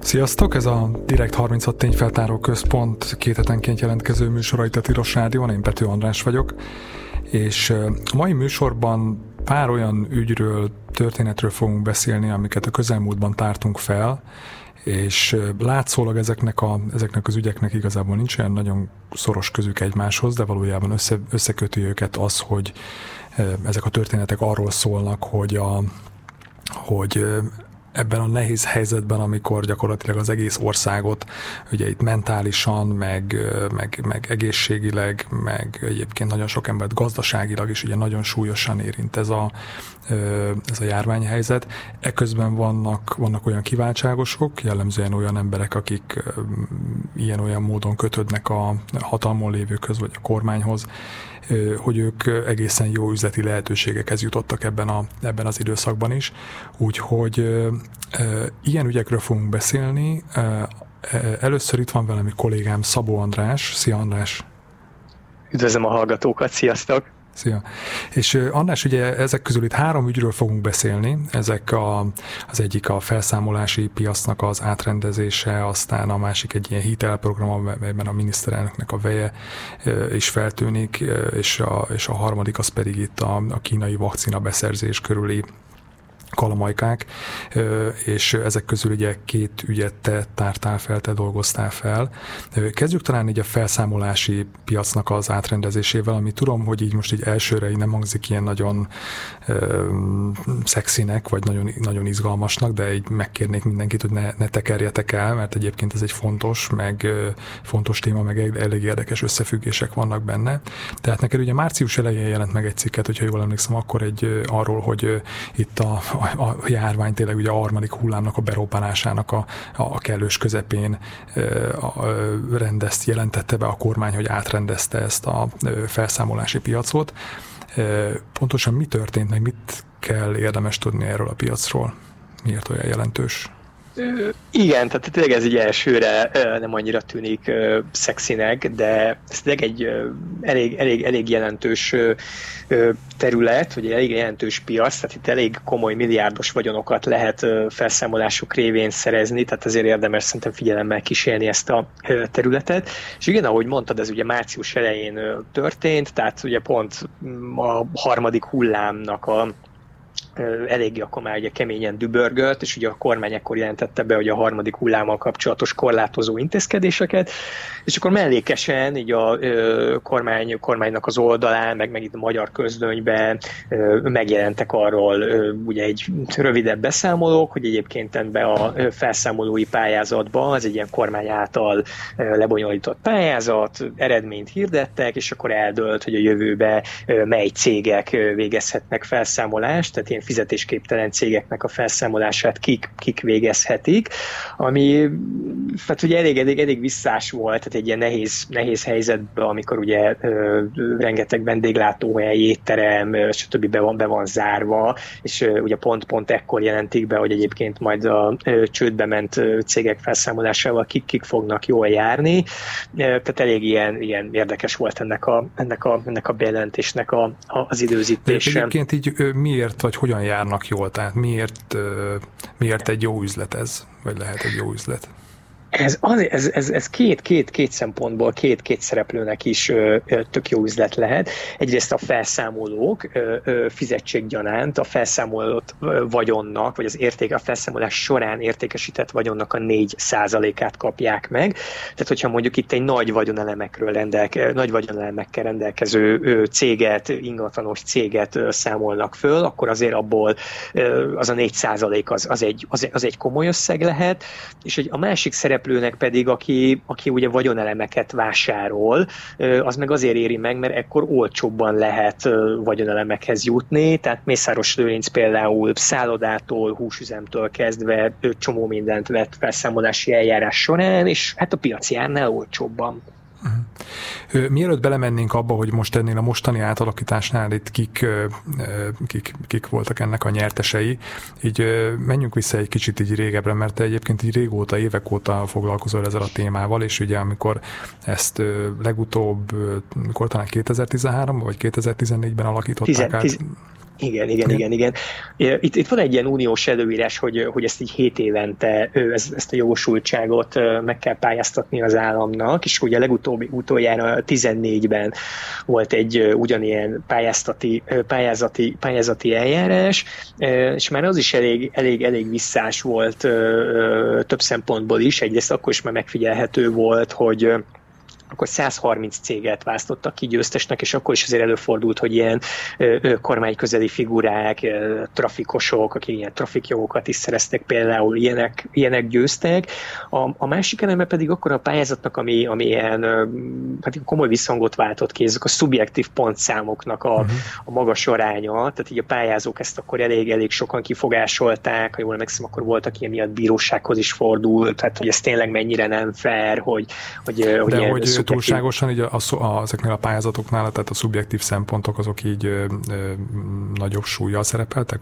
Sziasztok! Ez a Direkt 36 Tényfeltáró Központ két hetenként jelentkező műsora itt a Tilos Rádión, én Pető András vagyok, és a mai műsorban pár olyan ügyről, történetről fogunk beszélni, amiket a közelmúltban tártunk fel, és látszólag ezeknek az ügyeknek igazából nincs olyan nagyon szoros közük egymáshoz, de valójában összeköti őket az, hogy ezek a történetek arról szólnak, hogy ebben a nehéz helyzetben, amikor gyakorlatilag az egész országot, ugye itt mentálisan, meg egészségileg, meg egyébként nagyon sok embert gazdaságilag is ugye nagyon súlyosan érint ez a járványhelyzet. Eközben vannak olyan kiváltságosok, jellemzően olyan emberek, akik ilyen-olyan módon kötődnek a hatalmon lévőkhöz, vagy a kormányhoz, hogy ők egészen jó üzleti lehetőségekhez jutottak ebben az időszakban is. Úgyhogy ilyen ügyekről fogunk beszélni. Először itt van velem kollégám Szabó András. Szia, András! Üdvözlöm a hallgatókat, sziasztok! Szia! És András, ugye ezek közül itt 3 ügyről fogunk beszélni. Ezek az egyik a felszámolási piacnak az átrendezése, aztán a másik egy ilyen hitelprogram, amelyben a miniszterelnöknek a veje is feltűnik, és a harmadik az pedig itt a kínai vakcina beszerzés körüli kalamajkák, és ezek közül ugye 2 ügyet te tártál fel, te dolgoztál fel. Kezdjük talán így a felszámolási piacnak az átrendezésével, ami tudom, hogy így most így elsőre így nem hangzik ilyen nagyon szexinek, vagy nagyon, nagyon izgalmasnak, de így megkérnék mindenkit, hogy ne tekerjetek el, mert egyébként ez egy fontos téma, meg elég érdekes összefüggések vannak benne. Tehát neked ugye március elején jelent meg egy cikket, hogyha jól emlékszem, akkor arról, hogy itt a járvány tényleg ugye a harmadik hullámnak a berobbanásának a kellős közepén jelentette be a kormány, hogy átrendezte ezt a felszámolási piacot. Pontosan mi történt, meg mit kell érdemes tudni erről a piacról? Miért olyan jelentős? Igen, tehát tényleg ez így elsőre nem annyira tűnik szexinek, de ez tényleg egy elég jelentős terület, vagy egy elég jelentős piac, tehát itt elég komoly milliárdos vagyonokat lehet felszámolásuk révén szerezni, tehát azért érdemes szerintem figyelemmel kísérni ezt a területet. És igen, ahogy mondtad, ez ugye március elején történt, tehát ugye pont a harmadik hullámnak eléggé akkor már ugye keményen dübörgött, és ugye a kormány ekkor jelentette be, hogy a harmadik hullámmal kapcsolatos korlátozó intézkedéseket, és akkor mellékesen így a kormánynak az oldalán, meg itt a magyar közlönyben megjelentek arról ugye egy rövidebb beszámolók, hogy egyébként ebbe a felszámolói pályázatban, az egy ilyen kormány által lebonyolított pályázat, eredményt hirdettek, és akkor eldőlt, hogy a jövőben mely cégek végezhetnek felszámolást, tehát ilyen fizetésképtelen cégeknek a felszámolását kik végezhetik, ami hát ugye elég visszás volt, tehát egy ilyen nehéz helyzetben, amikor ugye rengeteg vendéglátóhely, étterem, stb. be van zárva, és ugye pont ekkor jelentik be, hogy egyébként majd a csődbe ment cégek felszámolásával kik fognak jól járni. Tehát elég ilyen érdekes volt ennek a bejelentésnek az időzítése. De egyébként így miért, vagy hogyan járnak jól? Tehát miért egy jó üzlet ez? Vagy lehet egy jó üzlet? Ez két szempontból, két szereplőnek is tök jó üzlet lehet. Egyrészt a felszámolók fizetséggyanánt a felszámolt vagyonnak, vagy a felszámolás során értékesített vagyonnak a 4%-át kapják meg. Tehát, hogyha mondjuk itt egy nagy vagyonelemekkel rendelkező céget, ingatlanos céget számolnak föl, akkor azért abból az a 4% az egy komoly összeg lehet, és a másik szereplőnek pedig, aki ugye vagyonelemeket vásárol, az meg azért éri meg, mert ekkor olcsóbban lehet vagyonelemekhez jutni, tehát Mészáros Lőrinc például szállodától, húsüzemtől kezdve csomó mindent vett felszámolási eljárás során, és hát a piaci árnál olcsóbban. Mielőtt belemennénk abba, hogy most ennél a mostani átalakításnál itt kik voltak ennek a nyertesei, így menjünk vissza egy kicsit így régebbre, mert te egyébként így régóta, évek óta foglalkozol ezzel a témával, és ugye amikor ezt legutóbb, mikor talán 2013 vagy 2014-ben alakították át? Igen. Itt van egy ilyen uniós előírás, hogy ezt így 7 évente ezt a jogosultságot meg kell pályáztatni az államnak, és ugye utoljára 14-ben volt egy ugyanilyen pályázati eljárás, és már az is elég visszás volt több szempontból is. Egyrészt akkor is már megfigyelhető volt, hogy akkor 130 céget választottak ki győztesnek, és akkor is azért előfordult, hogy ilyen kormányközeli figurák, trafikosok, akik ilyen trafikjogokat is szereztek például, ilyenek győztek. A másik eleme pedig akkor a pályázatnak, ami ilyen hát komoly visszhangot váltott ki, ezek a szubjektív pontszámoknak a magas aránya, tehát így a pályázók ezt akkor elég sokan kifogásolták, ha jól emlékszem, akkor voltak ilyen miatt bírósághoz is fordult, tehát hogy ez tényleg mennyire nem fair, hogy túlságosan így ezeknél a pályázatoknál, tehát a szubjektív szempontok azok így nagyobb súllyal szerepeltek?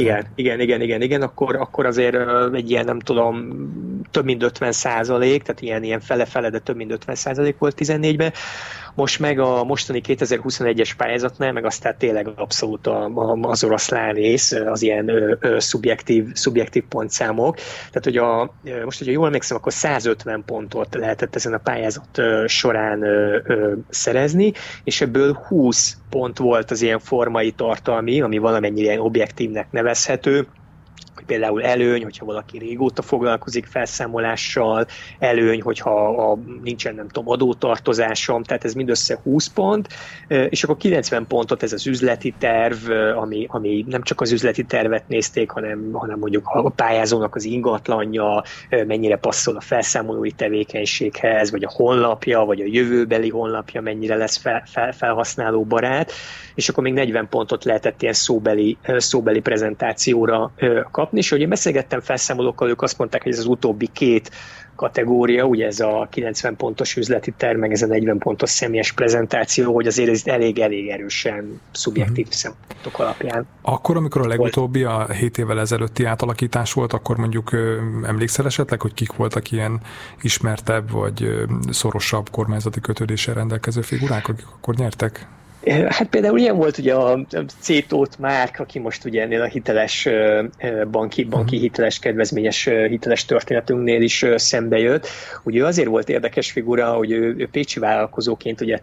Igen. Akkor azért egy ilyen, nem tudom, több mint 50%, tehát ilyen fele-fele, de több mint 50% volt 14-ben. Most meg a mostani 2021-es pályázatnál, meg aztán tényleg abszolút az oroszlán rész, az ilyen szubjektív pontszámok. Tehát, hogy most, hogyha jól emlékszem, akkor 150 pontot lehetett ezen a pályázat során szerezni, és ebből 20 pont volt az ilyen formai tartalmi, ami valamennyire ilyen objektívnek nevezhető, például előny, hogyha valaki régóta foglalkozik felszámolással, előny, hogyha nincsen, nem tudom, adótartozásom, tehát ez mindössze 20 pont, és akkor 90 pontot ez az üzleti terv, ami nem csak az üzleti tervet nézték, hanem mondjuk a pályázónak az ingatlanja, mennyire passzol a felszámolói tevékenységhez, vagy a honlapja, vagy a jövőbeli honlapja mennyire lesz felhasználó barát, és akkor még 40 pontot lehetett ilyen szóbeli prezentációra kapni, és ahogy én beszélgettem felszámolókkal, ők azt mondták, hogy ez az utóbbi 2 kategória, ugye ez a 90 pontos üzleti terv, meg ez a 40 pontos személyes prezentáció, hogy azért ez elég erősen szubjektív szempontok alapján. Akkor, amikor a legutóbbi, a 7 évvel ezelőtti átalakítás volt, akkor mondjuk emlékszel esetleg, hogy kik voltak ilyen ismertebb, vagy szorosabb kormányzati kötődéssel rendelkező figurák, akik akkor nyertek? Hát például ilyen volt ugye a C-Tóth Márk, aki most ugye ennél a hiteles banki hiteles, kedvezményes hiteles történetünknél is szembe jött. Ugye azért volt érdekes figura, hogy ő pécsi vállalkozóként ugye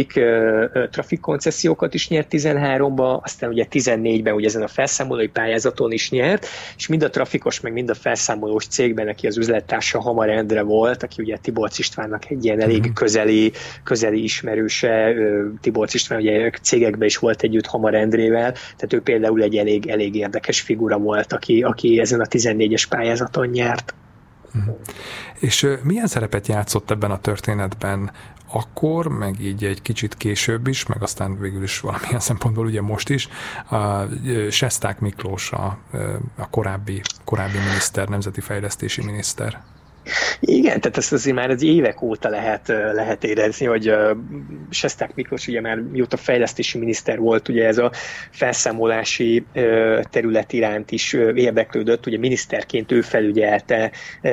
trafik koncesziókat is nyert 13-ba, aztán ugye 14-ben ugye ezen a felszámolói pályázaton is nyert, és mind a trafikos, meg mind a felszámolós cégben, neki az üzlettársa Hamar Endre volt, aki ugye Tiborcs Istvánnak egy ilyen elég közeli ismerőse. Tiborcs István ugye cégekben is volt együtt Hamar Endrével, tehát ő például egy elég érdekes figura volt, aki ezen a 14-es pályázaton nyert. És milyen szerepet játszott ebben a történetben akkor, meg így egy kicsit később is, meg aztán végül is valamilyen szempontból ugye most is, Sesták Miklós, a korábbi miniszter, nemzeti fejlesztési miniszter? Igen, tehát ezt azért már az évek óta lehet érezni, hogy Sesták Miklós ugye már mióta fejlesztési miniszter volt, ugye ez a felszámolási terület iránt is érdeklődött, ugye miniszterként ő felügyelte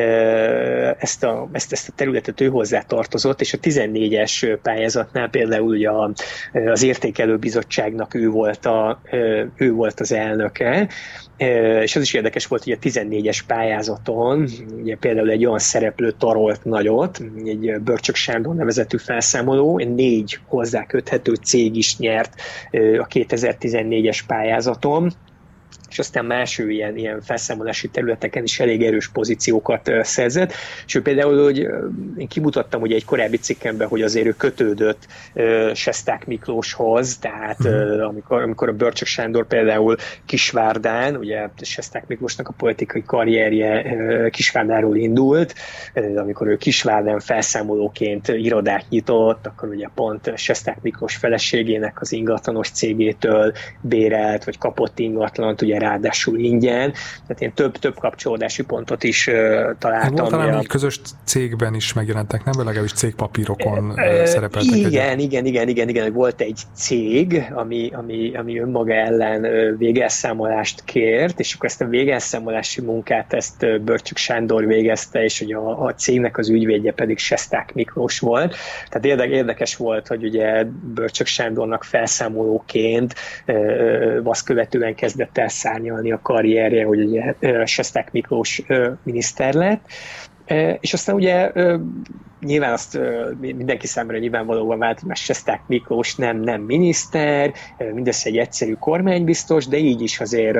ezt a területet, ő hozzá tartozott, és a 14-es pályázatnál például ugye az értékelőbizottságnak ő volt az elnöke, és az is érdekes volt, hogy a 14-es pályázaton ugye például egy olyan szereplő tarolt nagyot, egy Börcsök Sándor nevezetű felszámoló, 4 hozzá köthető cég is nyert a 2014-es pályázaton, és aztán más ilyen felszámolási területeken is elég erős pozíciókat szerzett. És ő például, hogy én kimutattam ugye egy korábbi cikkemben, hogy azért ő kötődött Sesták Miklóshoz, tehát amikor a Börcsök Sándor például Kisvárdán, ugye Sesták Miklósnak a politikai karrierje Kisvárdáról indult, amikor ő Kisvárdán felszámolóként irodát nyitott, akkor ugye pont Sesták Miklós feleségének az ingatlanos cégétől bérelt, vagy kapott ingatlant, egyébként ugye ráadásul ingyen, tehát én több kapcsolódási pontot is találtam. Volt talán egy közös cégben is megjelentek, nem? Legalábbis cégpapírokon szerepeltek. Igen, volt egy cég, ami önmaga ellen végelszámolást kért, és akkor ezt a végelszámolási munkát ezt Börcsök Sándor végezte, és ugye a cégnek az ügyvédje pedig Sesták Miklós volt. Tehát érdekes volt, hogy ugye Börcsök Sándornak felszámolóként azt követően kezdett el szárnyalni a karrierje, hogy ugye Sesták Miklós miniszter lett. És aztán ugye nyilván azt mindenki számára nyilvánvalóan vált, hogy már Sesták Miklós nem miniszter, mindössze egy egyszerű kormánybiztos, de így is azért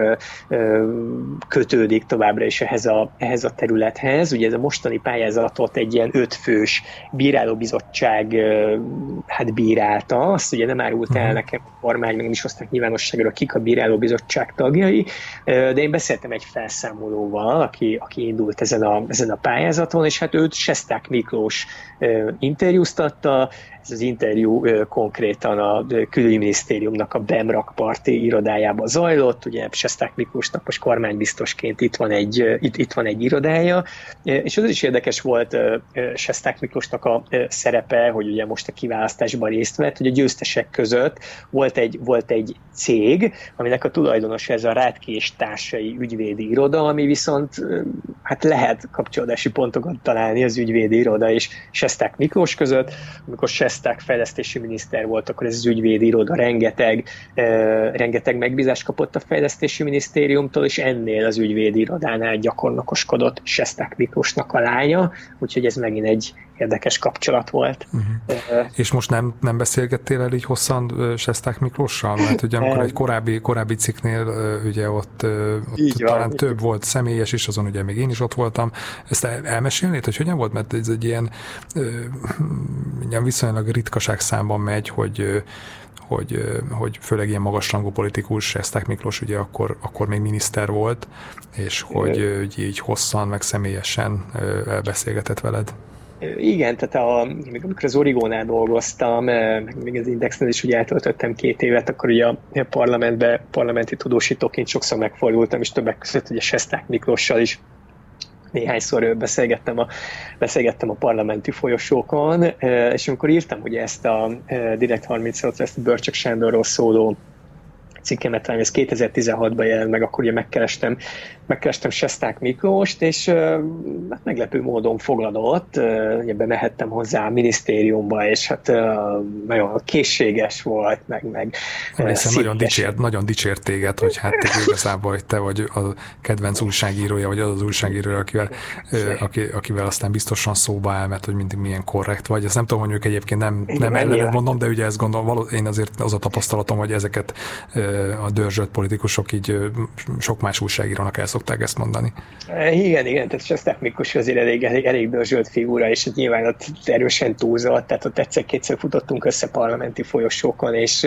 kötődik továbbra is ehhez a területhez. Ugye ez a mostani pályázatot egy ilyen 5 fős bírálóbizottság bírálta, azt ugye nem árult el nekem a kormány, meg nem is hozták nyilvánosságra, kik a bírálóbizottság tagjai, de én beszéltem egy felszámolóval, aki indult ezen a pályázaton, és hát őt Sesták Miklós interjúztatta. Ez az interjú konkrétan a külügyminisztériumnak a BEM-rakparti irodájában zajlott, ugye Sesták Miklósnak most kormánybiztosként itt van egy irodája, és az is érdekes volt Sesták Miklósnak a szerepe, hogy ugye most a kiválasztásban részt vett, hogy a győztesek között volt egy cég, aminek a tulajdonos ez a Rátki és társai ügyvédi iroda, ami viszont hát lehet kapcsolódási pontokat találni az ügyvédi iroda és Sesták Miklós között. Amikor Sesták fejlesztési miniszter volt, akkor ez az ügyvédi iroda rengeteg megbízást kapott a fejlesztési minisztériumtól, és ennél az ügyvédi irodánál gyakornokoskodott Sesták Miklósnak a lánya, úgyhogy ez megint egy érdekes kapcsolat volt. És most nem beszélgettél el így hosszan Sesták Miklóssal? Mert ugye amikor egy korábbi cikknél ugye ott talán több volt személyes is, azon ugye még én is ott voltam. Ezt elmesélnéd, hogy hogyan volt? Mert ez egy ilyen viszonylag ritkaság számban megy, hogy főleg ilyen magasrangú politikus, Sesták Miklós ugye akkor még miniszter volt, és hogy így hosszan, meg személyesen beszélgetett veled. Igen, tehát amikor az Origónál dolgoztam, még az Indexnél is ugye eltöltöttem 2 évet, akkor ugye a parlamenti tudósítóként sokszor megfordultam, és többek között ugye Sesták Miklóssal is néhányszor beszélgettem a parlamenti folyosókon, és amikor írtam ugye ezt a Direkt 36-ra, ezt a Börcsök Sándorról szóló cikkemet, ez 2016-ban jelent meg, akkor ugye megkerestem Sesták Miklóst, és meglepő módon fogadott, ugye bemehettem hozzá a minisztériumba, és hát nagyon készséges volt, meg nagyon dicsért téged, hogy hát igazából, hogy te vagy a kedvenc újságírója, vagy az újságírója, akivel aztán biztosan szóba áll, mert hogy mindig milyen korrekt vagy. Ezt nem tudom, hogy ők egyébként nem ellened mondom, de ugye ezt gondolom, én azért az a tapasztalatom, hogy ezeket a dörzsölt politikusok így sok más újságírónak el szokták ezt mondani. Igen, tehát Sesták Miklós azért elég dörzsölt figura, és nyilván ott erősen túlzott, tehát ott egyszer-kétszer futottunk össze parlamenti folyosókon, és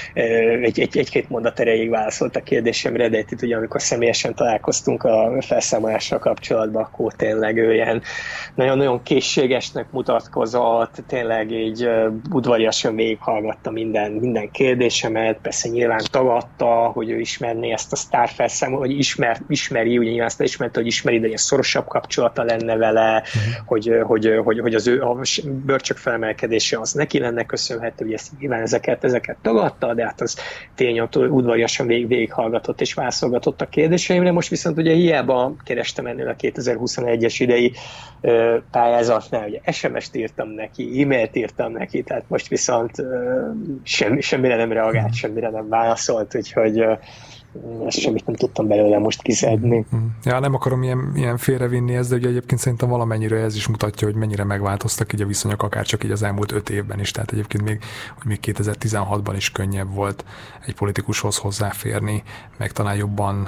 egy-két mondat erejéig válaszolt a kérdésemre, de itt ugye amikor személyesen találkoztunk a felszámolással kapcsolatban, akkor tényleg ő ilyen nagyon-nagyon készségesnek mutatkozott, tényleg így udvariasan végighallgatta minden kérdésemet, persze nyilván tagadta, hogy ő ismerné ezt a sztárfelszámolót, hogy ismeri, ugye nyilván azt ismerte, hogy ismeri, de ilyen szorosabb kapcsolata lenne vele, hogy az ő a Börcsök felemelkedése az neki lenne köszönhető, hogy ezt nyilván ezeket tagadta, de hát az tény, hogy udvariasan végighallgatott és válaszolgatott a kérdéseimre. Most viszont ugye hiába kerestem ennél a 2021-es idei pályázatnál, ugye SMS-t írtam neki, e-mailt írtam neki, tehát most viszont semmire nem reagált, semmire nem válaszolt, úgyhogy ezt semmit nem tudtam belőle most kiszedni. Ja, nem akarom ilyen félrevinni ezt, de ugye egyébként szerintem valamennyire ez is mutatja, hogy mennyire megváltoztak így a viszonyok, akár csak így az elmúlt 5 évben is, tehát egyébként még 2016-ban is könnyebb volt egy politikushoz hozzáférni, meg talán jobban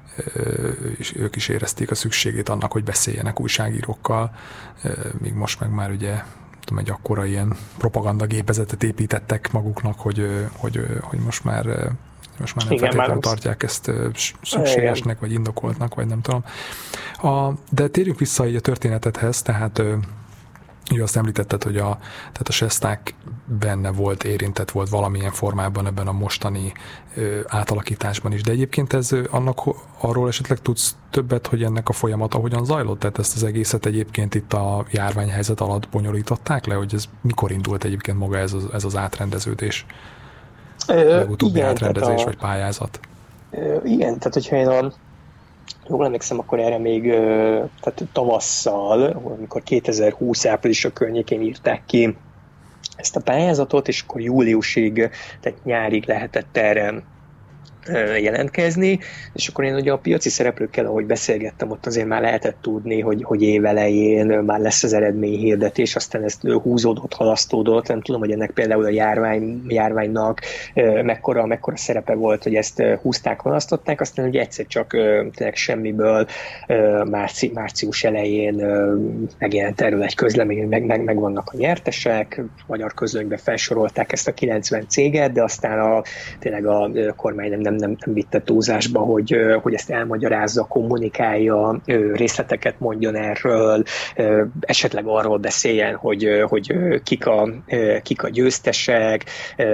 ők is érezték a szükségét annak, hogy beszéljenek újságírókkal, míg most meg már ugye egy akkora ilyen propagandagépezetet építettek maguknak, hogy most már nem feltétlenül tartják ezt szükségesnek, vagy indokoltnak, vagy nem tudom. De térjünk vissza így a történetedhez, tehát azt említetted, hogy tehát a Sesták benne érintett volt valamilyen formában ebben a mostani átalakításban is, de egyébként arról esetleg tudsz többet, hogy ennek a folyamata hogyan zajlott? Tehát ezt az egészet egyébként itt a járványhelyzet alatt bonyolították le, hogy ez mikor indult egyébként maga ez az átrendeződés? Legutóbbi átrendezés vagy pályázat? Igen, tehát hogyha én jól emlékszem, akkor erre még tehát tavasszal, amikor 2020 április a környékén írták ki ezt a pályázatot, és akkor júliusig, tehát nyárig lehetett erre jelentkezni, és akkor én ugye a piaci szereplőkkel, ahogy beszélgettem, ott azért már lehetett tudni, hogy évelején már lesz az eredményhirdetés, aztán ez húzódott, halasztódott, nem tudom, hogy ennek például a járványnak mekkora szerepe volt, hogy ezt húzták, halasztották, aztán ugye egyszer csak tényleg semmiből március elején megjelent erről egy közlemény, meg vannak a nyertesek, magyar közlönyben felsorolták ezt a 90 céget, de aztán tényleg a kormány nem vitte túlzásba, hogy ezt elmagyarázza, kommunikálja, részleteket mondjon erről, esetleg arról beszéljen, hogy kik a győztesek,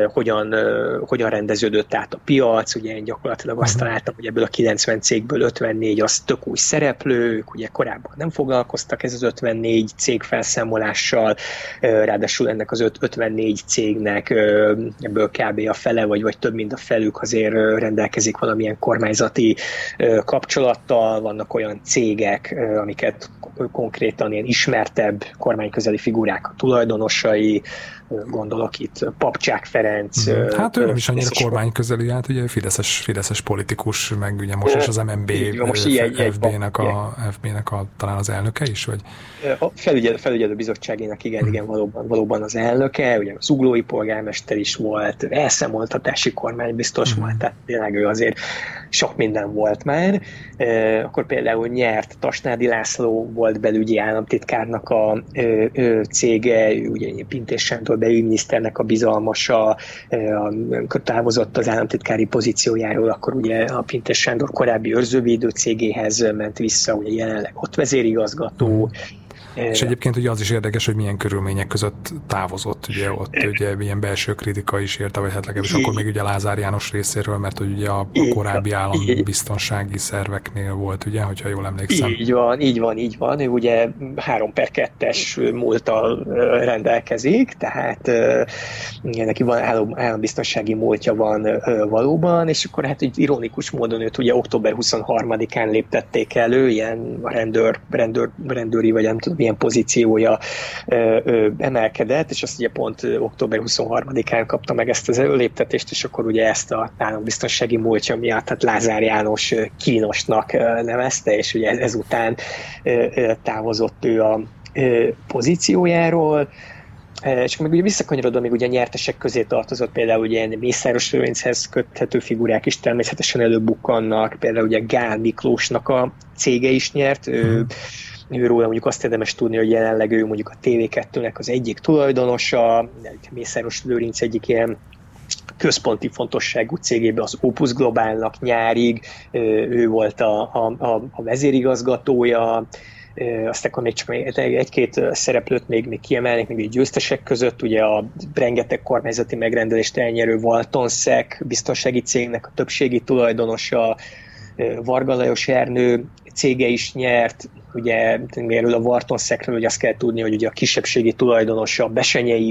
hogyan rendeződött át a piac. Ugye én gyakorlatilag azt találtam, hogy ebből a 90 cégből 54 az tök új szereplők, ugye korábban nem foglalkoztak ez az 54 cég felszámolással, ráadásul ennek az 54 cégnek ebből kb. A fele, vagy több mint a felük azért rendelkezik valamilyen kormányzati kapcsolattal, vannak olyan cégek, amiket konkrétan ilyen ismertebb kormányközeli figurák a tulajdonosai, gondolok itt Papcsák Ferenc. Hát ő nem is annyira kormányközeli, hát ugye fideszes politikus, meg ugye most is az MNB FB-nek talán az elnöke is, vagy? A felügyelő bizottságének igen, valóban az elnöke, ugye az zuglói polgármester is volt, elszámoltatási kormány biztos volt, tehát tényleg ő azért sok minden volt már. Akkor például nyert Tasnádi László volt belügyi államtitkárnak a cége, ugye Pintér Sándor belügyminiszternek a bizalmasa, amikor távozott az államtitkári pozíciójáról, akkor ugye a Pintér Sándor korábbi őrzővédő cégéhez ment vissza, ugye jelenleg ott vezérigazgató. És egyébként ugye az is érdekes, hogy milyen körülmények között távozott, ugye ott ugye milyen belső kritika is érte, vagy hát legalábbis akkor még ugye Lázár János részéről, mert hogy ugye a korábbi állambiztonsági szerveknél volt, ugye, hogyha jól emlékszem. Így van. Ő ugye 3/2-es múlttal rendelkezik, tehát neki van állambiztonsági múltja van valóban, és akkor hát így ironikus módon őt ugye október 23-án léptették elő, ilyen rendőri, vagy nem tudom, milyen pozíciója emelkedett, és azt ugye pont október 23-án kapta meg ezt az előléptetést, és akkor ugye ezt a állambiztonsági múltja miatt, tehát Lázár János kínosnak nevezte, és ugye ezután távozott ő a pozíciójáról. És akkor még ugye visszakanyarodva, még ugye a nyertesek közé tartozott például ugye ilyen Mészáros Lőrinchez köthető figurák is természetesen előbukkannak, például ugye Gál Miklósnak a cége is nyert, őróla mondjuk azt érdemes tudni, hogy jelenleg ő mondjuk a TV2-nek az egyik tulajdonosa, Mészáros Lőrinc egyik ilyen központi fontosságú cégében, az Opus Globálnak nyárig, ő volt a vezérigazgatója, aztán akkor még csak egy-két szereplőt még kiemelnék, még győztesek között, ugye a rengeteg kormányzati megrendelést elnyerő Valtonszek biztonsági cégnek a többségi tulajdonosa, Varga Lajos Ernő cége is nyert, ugye erről a Vartonszekről, hogy azt kell tudni, hogy ugye a kisebbségi tulajdonosa Bessenyei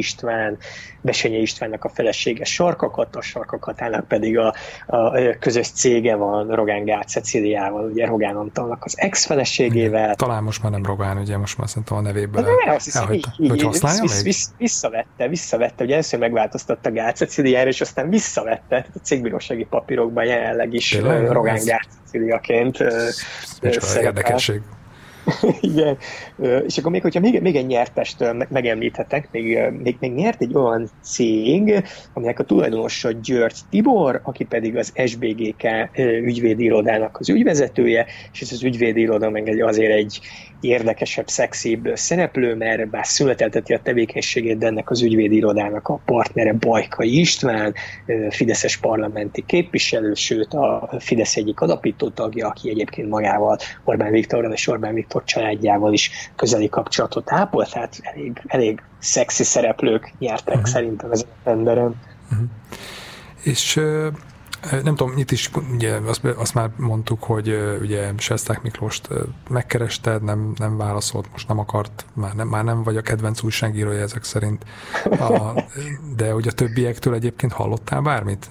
Istvánnak a felesége Sarka Katának pedig a közös cége van Rogán Gál Cecíliával, ugye Rogán Antalnak az ex-feleségével. Talán most már nem Rogán, ugye most már szerintem a nevéből elhagyta. Hogy használja még? Visszavette, ugye először megváltoztatta Gál Cecíliára, és aztán visszavette, a cégbírósági papírokban jelenleg is Rogán Gál Cecíliaként érdekesség. Igen. És akkor még, hogyha még egy nyertest megemlíthetek, még nyert egy olyan cég, aminek a tulajdonosa György Tibor, aki pedig az SBGK ügyvédirodának az ügyvezetője, és ez az ügyvédiroda meg azért egy érdekesebb, szexibb szereplő, mert bár szünetelteti a tevékenységét, de ennek az ügyvédirodának a partnere Bajkai István, fideszes parlamenti képviselő, sőt a Fidesz egyik alapító tagja, aki egyébként magával Orbán Viktorral és Orbán Viktor választott családjával is közeli kapcsolatot ápol, tehát elég szexi szereplők nyertek szerintem ezen a tenderen. És nem tudom, itt is ugye azt már mondtuk, hogy ugye Sesták Miklóst megkerested, nem válaszolt, most nem akart, már nem vagy a kedvenc újságírója ezek szerint. De ugye a többiektől egyébként hallottál bármit?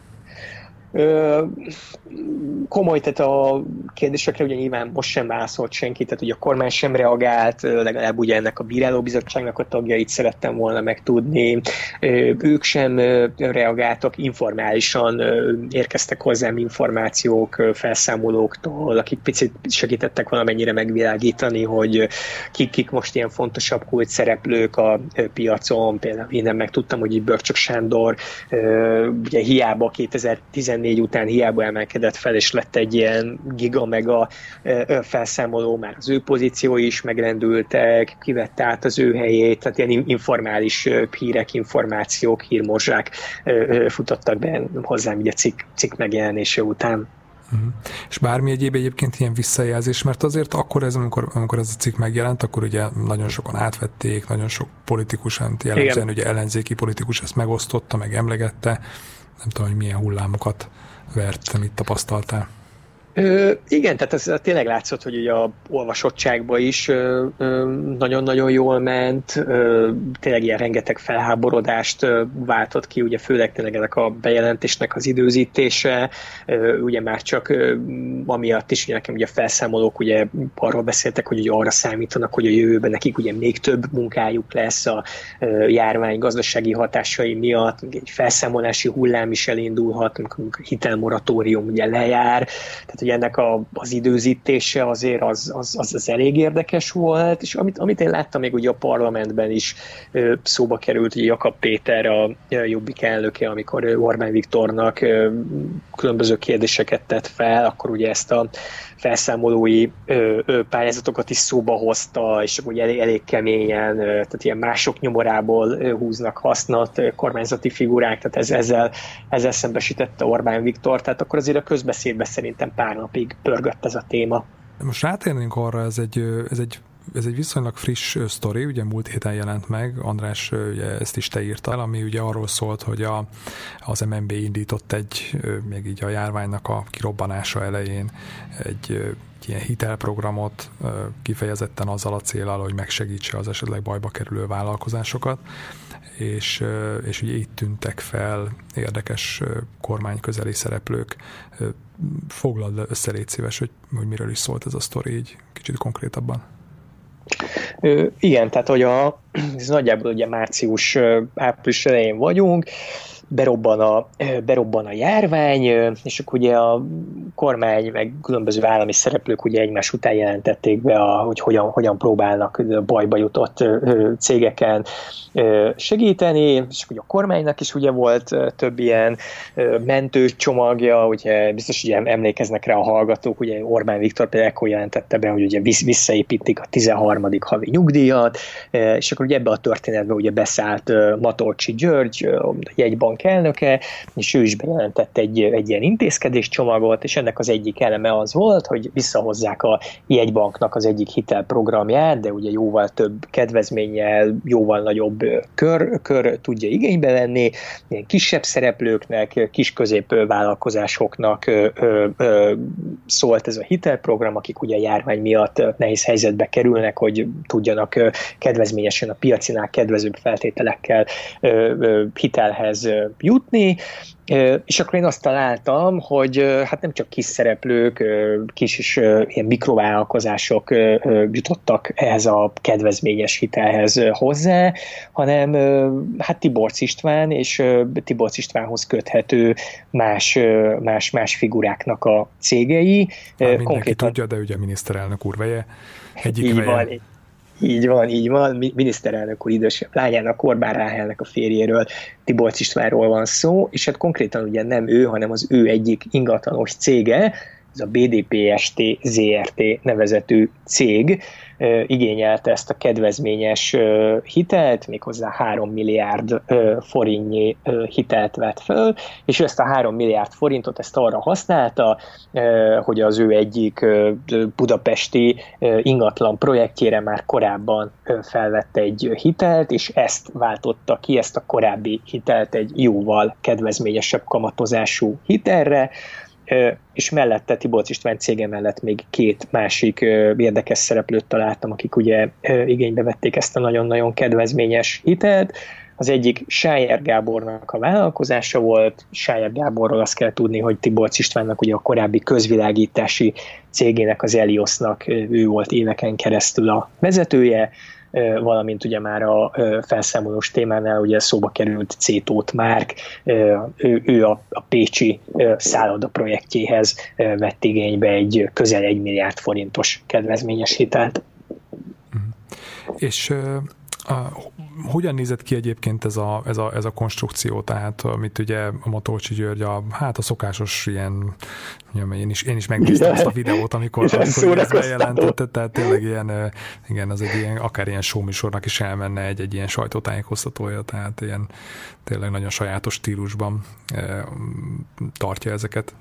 Komoly, tehát a kérdésekre ugye nyilván most sem válaszolt senki, tehát ugye a kormány sem reagált, legalább ugye ennek a bírálóbizottságnak a tagjait szerettem volna megtudni, ők sem reagáltak, informálisan érkeztek hozzám információk felszámolóktól, akik picit segítettek valamennyire megvilágítani, hogy kik most ilyen fontosabb kult szereplők a piacon, például innen megtudtam, hogy Börcsök Sándor ugye hiába 2014 után hiába emelkedett fel, és lett egy ilyen giga-mega felszámoló, már az ő pozíciói is megrendültek, kivette át az ő helyét, tehát ilyen informális hírek, információk, hírmorzsák futottak be hozzám így a cikk megjelenése után. És bármi egyébként ilyen visszajelzés, mert azért akkor amikor ez a cikk megjelent, akkor ugye nagyon sokan átvették, nagyon sok politikus, jellemzően ugye ellenzéki politikus ezt megosztotta, meg emlegette. Nem tudom, hogy milyen hullámokat vert, mit tapasztaltál. Igen, tehát ez tényleg látszott, hogy ugye a olvasottságban is nagyon-nagyon jól ment, tényleg ilyen rengeteg felháborodást váltott ki, ugye főleg tényleg ennek a bejelentésnek az időzítése, ugye már csak amiatt is, ugye nekem ugye a felszámolók ugye arról beszéltek, hogy ugye arra számítanak, hogy a jövőben nekik ugye még több munkájuk lesz a járvány gazdasági hatásai miatt, egy felszámolási hullám is elindulhat, amikor a hitelmoratórium ugye lejár, tehát hogy ennek az időzítése azért az elég érdekes volt, és amit én láttam még ugye a parlamentben is szóba került, ugye Jakab Péter a Jobbik elnöke, amikor Orbán Viktornak különböző kérdéseket tett fel, akkor ugye ezt a felszámolói pályázatokat is szóba hozta, és ugye elég keményen, tehát ilyen mások nyomorából húznak hasznot kormányzati figurák, tehát ezzel szembesítette Orbán Viktor, tehát akkor azért a közbeszédben szerintem pár napig pörgött ez a téma. Most rátérnénk arra, ez egy viszonylag friss sztori, ugye múlt héten jelent meg, András, ugye ezt is te írtál, ami ugye arról szólt, hogy az MNB indított még így a járványnak a kirobbanása elején egy ilyen hitelprogramot, kifejezetten azzal a céllal, hogy megsegítse az esetleg bajba kerülő vállalkozásokat, és ugye itt tűntek fel érdekes kormányközeli szereplők. Foglald össze, légy szíves, hogy miről is szólt ez a sztori így kicsit konkrétabban. Igen, tehát hogy ez nagyjából ugye március-április elején vagyunk, berobban a járvány, és akkor ugye a kormány meg különböző állami szereplők ugye egymás után jelentették be, hogy hogyan próbálnak bajba jutott cégeken segíteni, és ugye a kormánynak is ugye volt több ilyen mentőcsomagja, ugye biztos, hogy emlékeznek rá a hallgatók, ugye Orbán Viktor például ekkor jelentette be, hogy ugye visszaépítik a 13. havi nyugdíjat, és akkor ugye ebbe a történetbe ugye beszállt Matolcsy György, a jegybank elnöke, és ő is bejelentett egy ilyen intézkedéscsomagot, és ennek az egyik eleme az volt, hogy visszahozzák a jegybanknak az egyik hitelprogramját, de ugye jóval több kedvezménnyel, jóval nagyobb kör tudja igénybe venni, ilyen kisebb szereplőknek, kis-közép vállalkozásoknak szólt ez a hitelprogram, akik ugye a járvány miatt nehéz helyzetbe kerülnek, hogy tudjanak kedvezményesen a piacinál kedvezőbb feltételekkel hitelhez jutni, és akkor én azt találtam, hogy hát nem csak kis szereplők, kis és ilyen mikrovállalkozások jutottak ehhez a kedvezményes hitelhez hozzá, hanem hát Tiborcs István és Tiborcs Istvánhoz köthető más figuráknak a cégei. Mindenki konkrétan tudja, de ugye miniszterelnök úr veje, egyik veje. Így van. Miniszterelnök úr idősebb lányának, Orbán Ráhelnek a férjéről, Tiborcs Istvánról van szó, és hát konkrétan ugye nem ő, hanem az ő egyik ingatlanos cége, ez a BDPST ZRT nevezetű cég igényelte ezt a kedvezményes hitelt, méghozzá 3 milliárd forintnyi hitelt vett föl, és ezt a 3 milliárd forintot ezt arra használta, hogy az ő egyik budapesti ingatlan projektjére már korábban felvette egy hitelt, és ezt váltotta ki, ezt a korábbi hitelt egy jóval kedvezményesebb kamatozású hitelre, és mellette Tiborcs István cége mellett még 2 másik érdekes szereplőt találtam, akik ugye igénybe vették ezt a nagyon-nagyon kedvezményes hitelt. Az egyik Sájer Gábornak a vállalkozása volt. Sájer Gáborról azt kell tudni, hogy Tiborcs Istvánnak ugye a korábbi közvilágítási cégének, az Eliosnak ő volt éveken keresztül a vezetője, valamint ugye már a felszámolós témánál ugye szóba került C. Tóth Márk, ő a pécsi szálloda projektjéhez vett igénybe egy közel 1 milliárd forintos kedvezményes hitelt. És hogyan nézett ki egyébként ez a konstrukció? Tehát, amit ugye a Matolcsy György a szokásos ilyen, én is megnéztem ezt a videót, amikor ezt bejelentette, tehát tényleg ilyen, igen, az egy ilyen, akár ilyen showműsornak is elmenne egy ilyen sajtótájékoztatója, tehát ilyen tényleg nagyon sajátos stílusban tartja ezeket.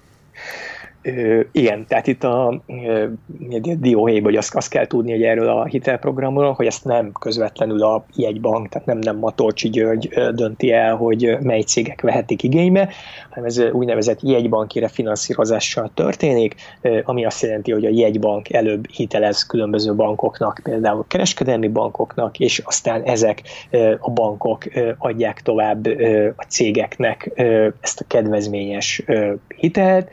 Igen, tehát itt a dióhéjban, hogy azt kell tudni, hogy erről a hitelprogramról, hogy ezt nem közvetlenül a jegybank, tehát nem Matolcsy György dönti el, hogy mely cégek vehetik igénybe, hanem ez úgynevezett jegybanki refinanszírozással történik, ami azt jelenti, hogy a jegybank előbb hitelez különböző bankoknak, például kereskedelmi bankoknak, és aztán ezek a bankok adják tovább a cégeknek ezt a kedvezményes hitelt,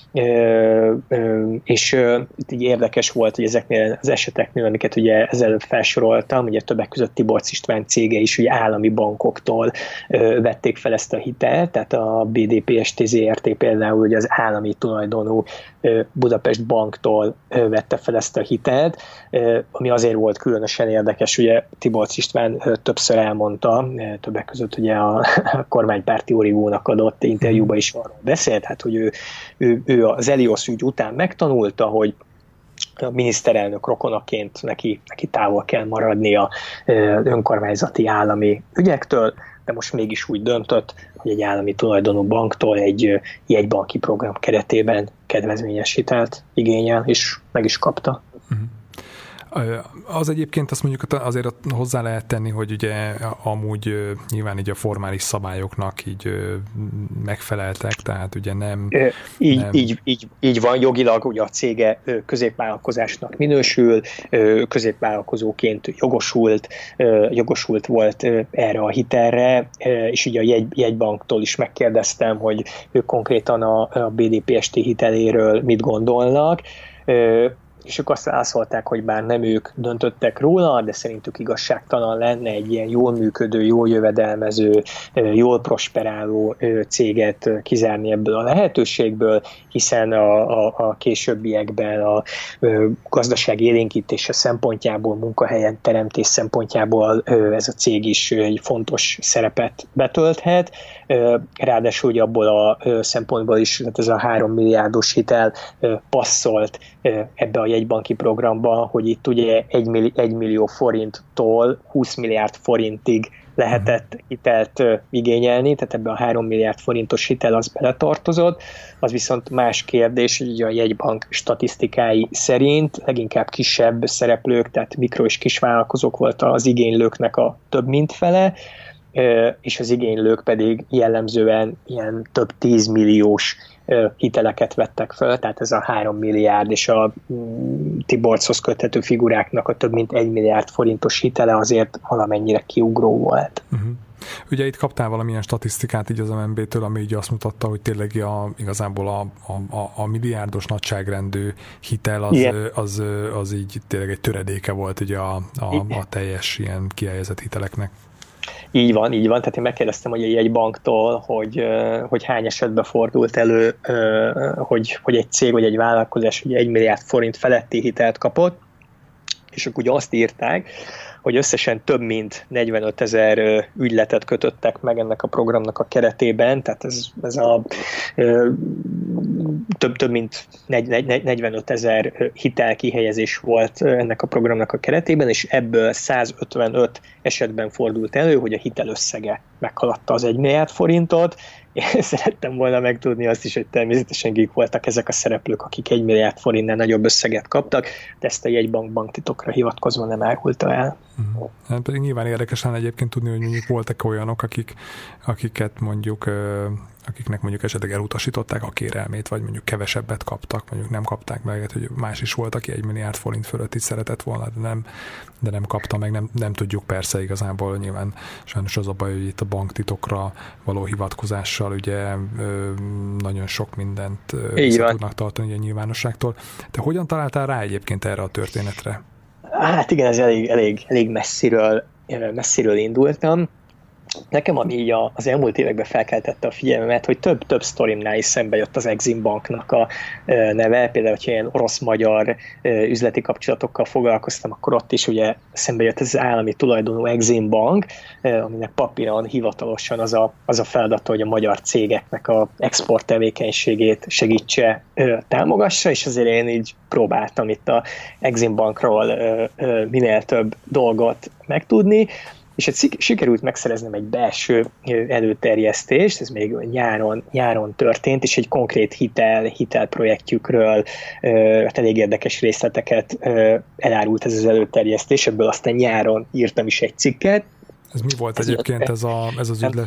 és így érdekes volt, hogy ezeknél az eseteknél, amiket ugye ezelőbb felsoroltam, ugye többek között Tiborcs István cége is ugye állami bankoktól vették fel ezt a hitelt, tehát a BDPST ZRT például ugye az állami tulajdonú Budapest Banktól vette fel ezt a hitelt, ami azért volt különösen érdekes, ugye Tiborcs István többször elmondta, többek között ugye a kormánypárti origónak adott interjúban is arról beszélt, hát hogy ő az Elios ügy után megtanulta, hogy a miniszterelnök rokonaként neki távol kell maradnia önkormányzati állami ügyektől, de most mégis úgy döntött, hogy egy állami tulajdonú banktól egy jegybanki program keretében kedvezményes hitelt igényel, és meg is kapta. Az egyébként azt mondjuk azért hozzá lehet tenni, hogy ugye amúgy nyilván így a formális szabályoknak így megfeleltek, tehát ugye nem... Így van, jogilag ugye a cége középvállalkozásnak minősül, középvállalkozóként jogosult volt erre a hitelre, és ugye a jegybanktól is megkérdeztem, hogy ők konkrétan a BDPST hiteléről mit gondolnak, és ők azt válaszolták, hogy bár nem ők döntöttek róla, de szerintük igazságtalan lenne egy ilyen jól működő, jól jövedelmező, jól prosperáló céget kizárni ebből a lehetőségből, hiszen a későbbiekben a gazdaság élénkítése szempontjából, munkahelyen teremtés szempontjából ez a cég is egy fontos szerepet betölthet. Ráadásul ugye abból a szempontból is, tehát ez a 3 milliárdos hitel passzolt ebbe a jegybanki programba, hogy itt ugye 1 millió forinttól 20 milliárd forintig lehetett hitelt igényelni, tehát ebben a 3 milliárd forintos hitel az beletartozott. Az viszont más kérdés, hogy a jegybank statisztikái szerint leginkább kisebb szereplők, tehát mikro- és kisvállalkozók volt az igénylőknek a több mint fele, és az igénylők pedig jellemzően ilyen több 10 milliós hiteleket vettek föl, tehát ez a 3 milliárd és a Tiborcshoz köthető figuráknak a több mint 1 milliárd forintos hitele azért valamennyire kiugró volt. Ugye itt kaptál valamilyen statisztikát így az MNB-től, ami így azt mutatta, hogy tényleg igazából a milliárdos nagyságrendű hitel az így tényleg egy töredéke volt ugye a teljes ilyen kihelyezett hiteleknek. Így van, tehát én megkérdeztem, hogy egy banktól, hogy hány esetben fordult elő, hogy egy cég vagy egy vállalkozás ugye 1 milliárd forint feletti hitelt kapott, és akkor ugye azt írták, hogy összesen több mint 45 000 ügyletet kötöttek meg ennek a programnak a keretében, tehát ez a több mint 45 000 hitelkihelyezés volt ennek a programnak a keretében, és ebből 155 esetben fordult elő, hogy a hitelösszege meghaladta az 1 milliárd forintot. Én szerettem volna megtudni azt is, hogy természetesen kik voltak ezek a szereplők, akik 1 milliárd forintnál nagyobb összeget kaptak, de ezt a jegybank banktitokra hivatkozva nem árulta el. Hát pedig nyilván érdekes lenne egyébként tudni, hogy mondjuk voltak olyanok, akiknek mondjuk esetleg elutasították a kérelmét, vagy mondjuk kevesebbet kaptak, mondjuk nem kapták meg, hogy más is volt, aki 1 milliárd forint fölött is szeretett volna, de nem kapta meg, nem tudjuk persze igazából, nyilván sajnos az a baj, hogy itt a banktitokra való hivatkozással ugye nagyon sok mindent vissza tudnak tartani ugye a nyilvánosságtól. Te hogyan találtál rá egyébként erre a történetre? Hát igen, ez elég messziről indultam. Nekem, ami így az elmúlt években felkeltette a figyelmemet, hogy több sztorimnál is szembe jött az Exim Banknak a neve, például, hogyha ilyen orosz-magyar üzleti kapcsolatokkal foglalkoztam, akkor ott is ugye szembe jött ez az állami tulajdonú Exim Bank, aminek papíron hivatalosan az a feladata, hogy a magyar cégeknek a export tevékenységét segítse, támogassa, és azért én így próbáltam itt a Exim Bankról minél több dolgot megtudni, és sikerült megszereznem egy belső előterjesztést, ez még nyáron történt, és egy konkrét hitelprojektjükről elég érdekes részleteket elárult ez az előterjesztés, ebből aztán nyáron írtam is egy cikket. Ez mi volt egyébként ez az ügylet?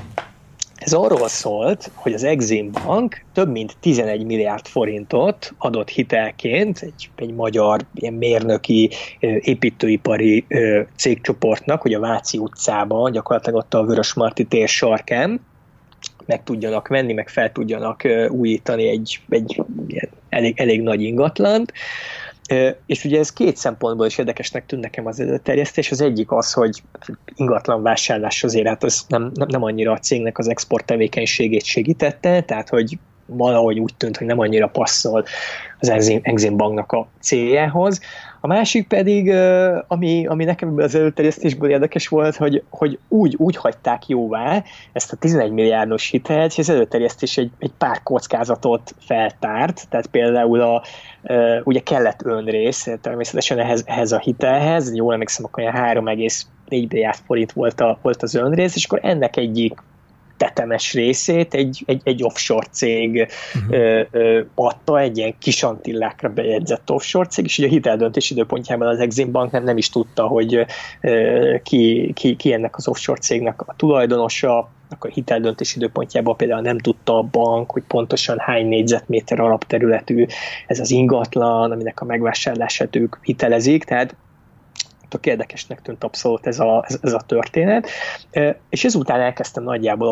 Ez arról szólt, hogy az Exim Bank több mint 11 milliárd forintot adott hitelként egy magyar ilyen mérnöki, építőipari cégcsoportnak, hogy a Váci utcában, gyakorlatilag ott a Vörösmarty tér sarkán meg tudjanak venni, meg fel tudjanak újítani egy elég nagy ingatlant. És ugye ez két szempontból is érdekesnek tűnt nekem az előterjesztés. Az egyik az, hogy ingatlan vásárlás azért hát az nem annyira a cégnek az export tevékenységét segítette, tehát hogy valahogy úgy tűnt, hogy nem annyira passzol az Exim Banknak a céljához. A másik pedig, ami nekem az előterjesztésből érdekes volt, hogy úgy hagyták jóvá ezt a 11 milliárdos hitelt, hogy az előterjesztés egy pár kockázatot feltárt, tehát például ugye kellett önrész, természetesen ehhez a hitelhez, jól emlékszem, akkor 3,4 milliárd forint volt az önrész, és akkor ennek egyik tetemes részét egy offshore cég adta, egy ilyen kis Antillákra bejegyzett offshore cég, és ugye a hiteldöntés időpontjában az Exim Bank nem is tudta, hogy ki ennek az offshore cégnek a tulajdonosa, akkor a hiteldöntés időpontjában például nem tudta a bank, hogy pontosan hány négyzetméter alapterületű ez az ingatlan, aminek a megvásárlását ők hitelezik, tehát tök érdekesnek tűnt abszolút ez a történet, és ezután elkezdtem nagyjából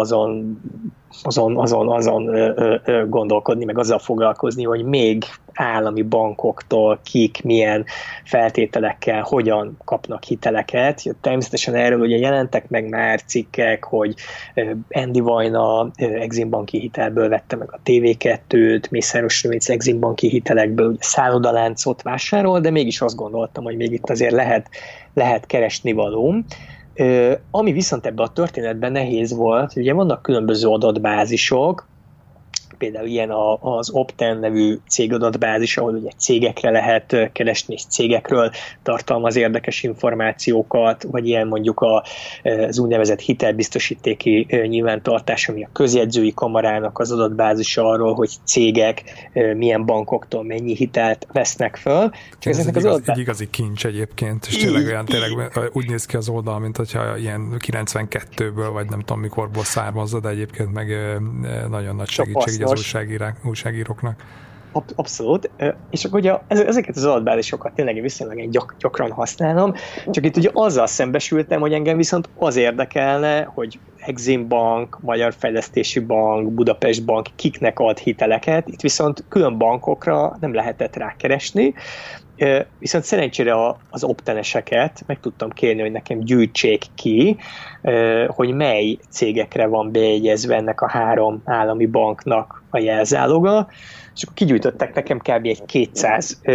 azon gondolkodni, meg azzal foglalkozni, hogy még állami bankoktól kik, milyen feltételekkel, hogyan kapnak hiteleket. Természetesen erről ugye jelentek meg már cikkek, hogy Andy Vajna Exim Banki hitelből vette meg a TV2-t, Mészáros Lőrinc Exim Banki hitelekből ugye szállodaláncot vásárol, de mégis azt gondoltam, hogy még itt azért lehet keresni valóm. Ami viszont ebben a történetben nehéz volt, ugye vannak különböző adatbázisok, például ilyen az Opten nevű cégadatbázis, ahol ugye cégekre lehet keresni, és cégekről tartalmaz érdekes információkat, vagy ilyen mondjuk az úgynevezett hitelbiztosítéki nyilvántartás, ami a közjegyzői kamarának az adatbázisa arról, hogy cégek milyen bankoktól mennyi hitelt vesznek föl. Ez egy igazi kincs egyébként, és tényleg úgy néz ki az oldal, mint hogyha ilyen 92-ből, vagy nem tudom mikorból származza, de egyébként meg nagyon nagy segítség az újságíróknak. Abszolút. És akkor ugye ezeket az adatbázisokat tényleg viszonylag gyakran használom, csak itt ugye azzal szembesültem, hogy engem viszont az érdekelne, hogy Exim Bank, Magyar Fejlesztési Bank, Budapest Bank kiknek ad hiteleket, itt viszont külön bankokra nem lehetett rákeresni, viszont szerencsére az opteneseket meg tudtam kérni, hogy nekem gyűjtsék ki, hogy mely cégekre van bejegyezve ennek a 3 állami banknak a jelzáloga, és akkor kigyűjtöttek nekem kb. egy 200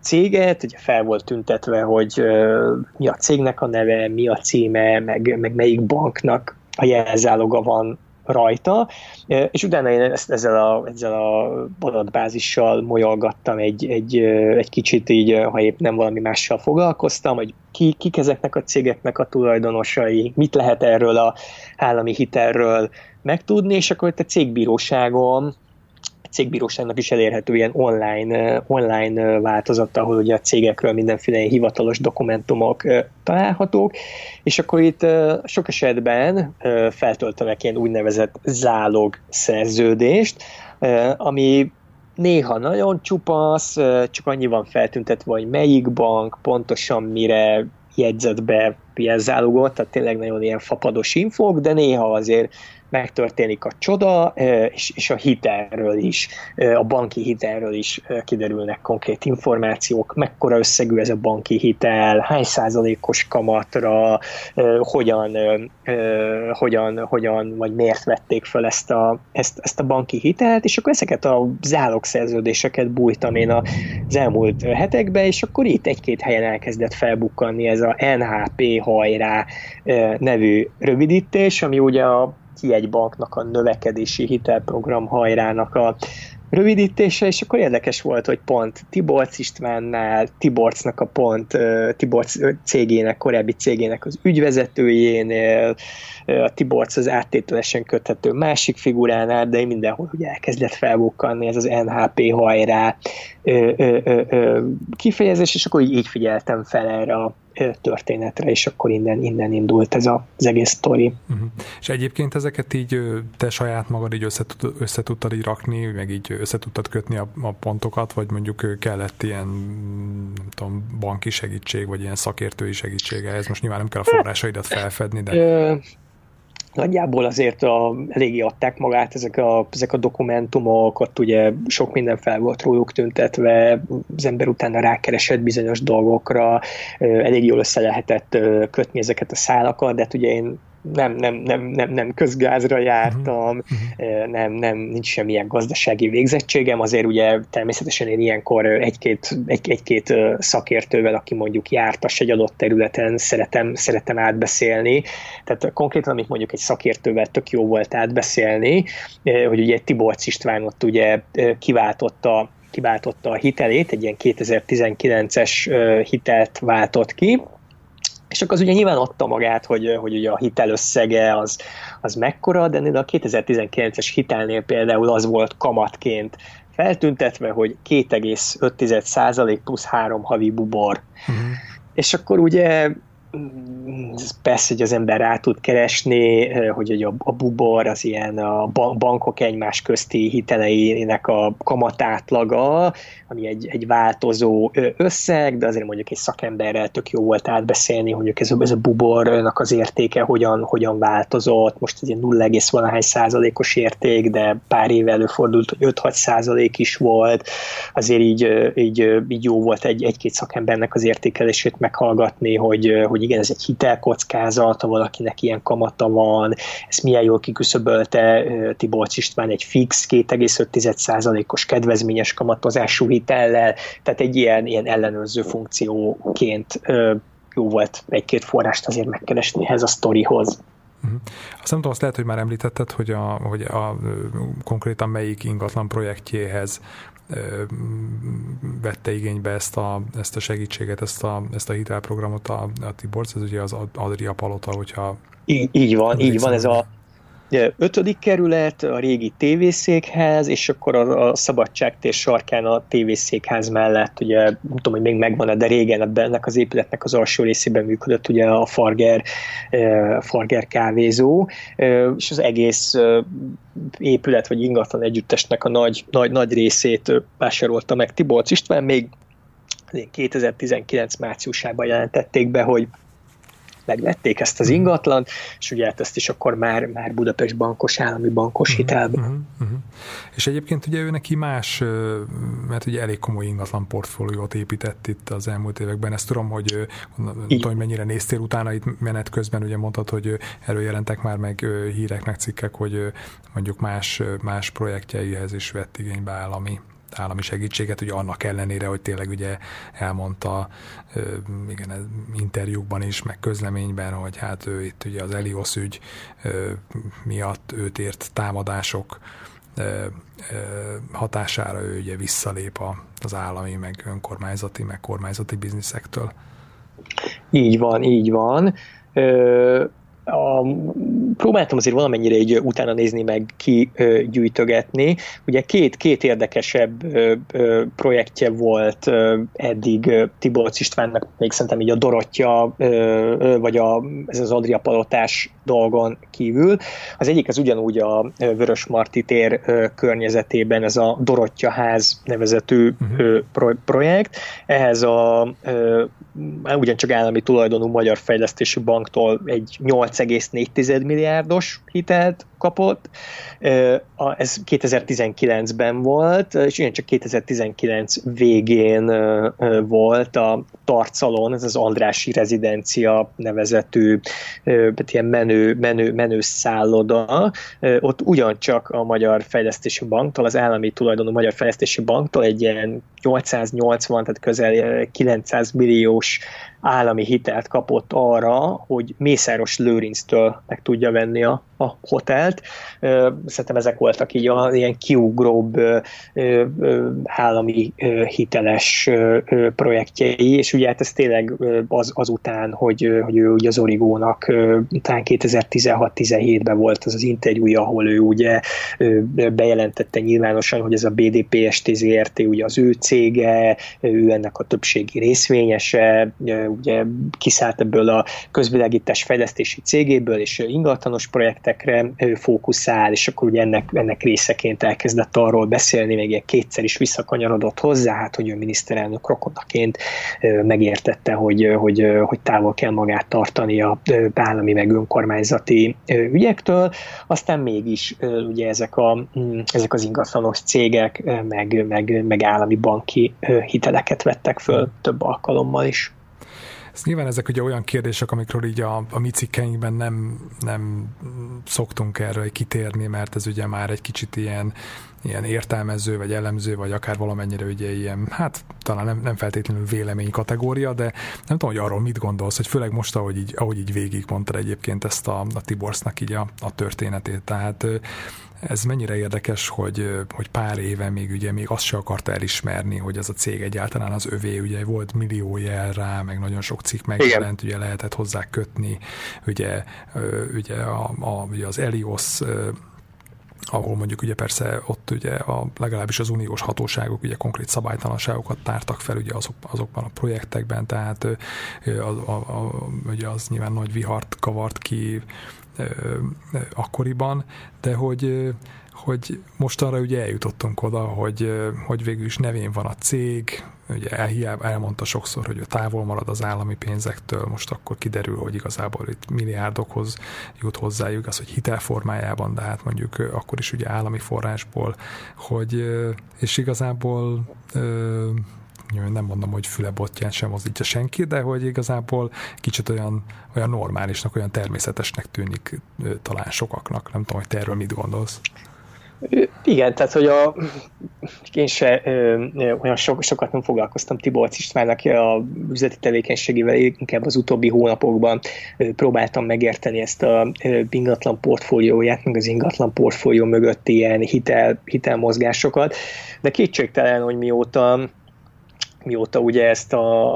céget, ugye fel volt tüntetve, hogy mi a cégnek a neve, mi a címe, meg melyik banknak a jelzáloga van rajta, és utána én ezzel a adatbázissal molyolgattam egy kicsit így, ha épp nem valami mással foglalkoztam, hogy kik ezeknek a cégeknek a tulajdonosai, mit lehet erről az állami hitelről megtudni, és akkor itt a cégbíróságnak is elérhető ilyen online változata, ahol ugye a cégekről mindenféle hivatalos dokumentumok találhatók, és akkor itt sok esetben feltöltenek ilyen úgynevezett zálog szerződést, ami néha nagyon csupasz, csak annyi van feltüntetve, hogy melyik bank pontosan mire jegyzett be ilyen zálogot, tehát tényleg nagyon ilyen fapados infók, de néha azért megtörténik a csoda, és a hitelről is, a banki hitelről is kiderülnek konkrét információk, mekkora összegű ez a banki hitel, hány százalékos kamatra, hogyan vagy miért vették fel ezt a banki hitelt, és akkor ezeket a zálogszerződéseket bújtam én az elmúlt hetekben, és akkor itt egy-két helyen elkezdett felbukkanni ez a NHP hajrá nevű rövidítés, ami ugye a jegybanknak a növekedési hitelprogram hajrának a rövidítése, és akkor érdekes volt, hogy pont Tiborcs Istvánnál, Tiborcsnak Tiborcs cégének, korábbi cégének az ügyvezetőjénél, a Tiborcs az áttételesen köthető másik figuránál, de mindenhol ugye elkezdett felbukkanni ez az NHP hajrá kifejezés, és akkor így figyeltem fel erre a történetre, és akkor innen indult ez az egész sztori. Uh-huh. És egyébként ezeket így te saját magad így össze tudtad így rakni, meg így össze tudtad kötni a pontokat, vagy mondjuk kellett ilyen, nem tudom, banki segítség, vagy ilyen szakértői segítség ehhez? Most nyilván nem kell a forrásaidat felfedni, de... Nagyjából azért eléggé adták magát ezek a dokumentumok, ott ugye sok minden fel volt róluk tüntetve, az ember utána rákeresett bizonyos dolgokra, elég jól össze lehetett kötni ezeket a szálakat, de hát ugye én nem közgázra jártam, nincs semmilyen gazdasági végzettségem, azért ugye természetesen én ilyenkor egy-két szakértővel, aki mondjuk jártas egy adott területen, szeretem átbeszélni. Tehát konkrétan, amit mondjuk egy szakértővel tök jó volt átbeszélni, hogy ugye Tiborcs István ott ugye kiváltotta a hitelét, egy ilyen 2019-es hitelt váltott ki, és akkor az ugye nyilván adta magát, hogy ugye a hitelösszege az mekkora, de a 2019-es hitelnél például az volt kamatként feltüntetve, hogy 2,5% plusz 3 havi bubor. Uh-huh. És akkor ugye persze, hogy az ember rá tud keresni, hogy a bubor az ilyen a bankok egymás közti hiteleinek a kamatátlaga, ami egy változó összeg, de azért mondjuk egy szakemberrel tök jó volt átbeszélni, hogy ez a bubornak az értéke hogyan változott, most ez egy 0,valahány% érték, de pár éve előfordult, hogy 5-6% is volt, azért így jó volt egy-két szakembernek az értékelését meghallgatni, hogy igen, ez egy hitelkockázat, ha valakinek ilyen kamata van, ezt milyen jól kiküszöbölte Tiborcs István egy fix 2,5%-os kedvezményes kamatozású hitellel, tehát egy ilyen ellenőrző funkcióként jó volt egy-két forrást azért megkeresni ehhez a sztorihoz. Azt nem tudom, azt lehet, hogy már említetted, hogy konkrétan melyik ingatlan projektjéhez vette igénybe ezt a segítséget, ezt a hitelprogramot a Tiborcs, ez ugye az Adria Palota, hogyha... Így van, ez a 5. kerület, a régi tévészékház, és akkor a Szabadságtér sarkán a tévészékház mellett, ugye nem tudom, hogy még megvan, de régen ennek az épületnek az alsó részében működött ugye a Farger kávézó, és az egész épület vagy ingatlan együttesnek a nagy részét vásárolta meg Tiborcs István, még 2019 márciusában jelentették be, hogy megvették ezt az ingatlant, és ugye ezt is akkor már Budapest bankos, állami bankos hitelben. És egyébként ugye ő neki más, mert ugye elég komoly ingatlan portfóliót épített itt az elmúlt években. Ezt tudom, hogy mennyire néztél utána itt menet közben, ugye mondtad, hogy előjelentek már meg hírek, meg cikkek, hogy mondjuk más projektjeihez is vett igénybe állami állami segítséget, ugye annak ellenére, hogy tényleg ugye elmondta interjúkban is, meg közleményben, hogy hát ő itt ugye az Elios ügy miatt őt ért támadások hatására ő ugye visszalép az állami, meg önkormányzati, meg kormányzati bizniszektől. Így van, így van. Próbáltam azért valamennyire így utána nézni, meg kigyűjtögetni. Ugye két érdekesebb projektje volt eddig Tiborcs Istvánnak, még szerintem így a Dorottya, vagy ez az Adria palotás dolgon kívül. Az egyik az ugyanúgy a Vörösmarty tér környezetében, ez a Dorottya ház nevezetű projekt. Ehhez ugyancsak állami tulajdonú Magyar Fejlesztési Banktól egy 8,4 milliárdos hitelt kapott. Ez 2019-ben volt, és ugyancsak 2019 végén volt a Tarcalon, ez az Andrássy rezidencia nevezetű ilyen menő szálloda. Ott ugyancsak a Magyar Fejlesztési Banktól, az állami tulajdonú Magyar Fejlesztési Banktól egy ilyen 880, tehát közel 900 milliós állami hitelt kapott arra, hogy Mészáros Lőrinctől meg tudja venni a hotelt. Szerintem ezek voltak így ilyen kiugróbb állami hiteles projektjei, és ugye hát ez tényleg azután, hogy ő ugye az Origónak talán 2016-17-ben volt az interjúja, ahol ő ugye bejelentette nyilvánosan, hogy ez a BDP Zrt. Ugye az ő cége, ő ennek a többségi részvényese, ugye kiszállt ebből a közvilágítás fejlesztési cégéből, és ingatlanos projektekre fókuszál, és akkor ugye ennek részeként elkezdett arról beszélni, még kétszer is visszakanyarodott hozzá, hát, hogy ő miniszterelnök rokonaként megértette, hogy távol kell magát tartani a állami meg önkormányzati ügyektől, aztán mégis ugye ezek az ingatlanos cégek meg állami banki hiteleket vettek föl több alkalommal is. Nyilván ezek ugye olyan kérdések, amikről így a mi cikkeinkben nem szoktunk erre kitérni, mert ez ugye már egy kicsit ilyen értelmező, vagy elemző, vagy akár valamennyire ugye ilyen, hát talán nem feltétlenül vélemény kategória, de nem tudom, hogy arról mit gondolsz, hogy főleg most, ahogy így végigmondtad egyébként ezt a Tiborcsnak így a történetét, tehát ez mennyire érdekes, hogy pár éve még azt se akarta elismerni, hogy ez a cég egyáltalán az övé, ugye volt millió jel rá, meg nagyon sok cikk megjelent, ugye lehetett hozzá kötni, ugye az Elios, ahol mondjuk ugye persze ott ugye legalábbis az uniós hatóságok ugye konkrét szabálytalanságokat tártak fel ugye azokban a projektekben, tehát ugye az nyilván nagy vihart kavart ki akkoriban, de hogy mostanra ugye eljutottunk oda, hogy végül is nevén van a cég, ugye elmondta sokszor, hogy ő távol marad az állami pénzektől, most akkor kiderül, hogy igazából itt milliárdokhoz jut hozzájuk, az, hogy hitelformájában, de hát mondjuk akkor is ugye állami forrásból, és igazából nem mondom, hogy fülebottyán sem mozdítja senki, de hogy igazából kicsit olyan normálisnak, olyan természetesnek tűnik talán sokaknak. Nem tudom, hogy te erről mit gondolsz. Igen, tehát, hogy én se olyan sokat nem foglalkoztam Tiborcs Istvánnak a üzleti tevékenységével, inkább az utóbbi hónapokban próbáltam megérteni ezt a ingatlan portfólióját, meg az ingatlan portfólió mögötti ilyen hitelmozgásokat, de kétségtelen, hogy mióta ugye ezt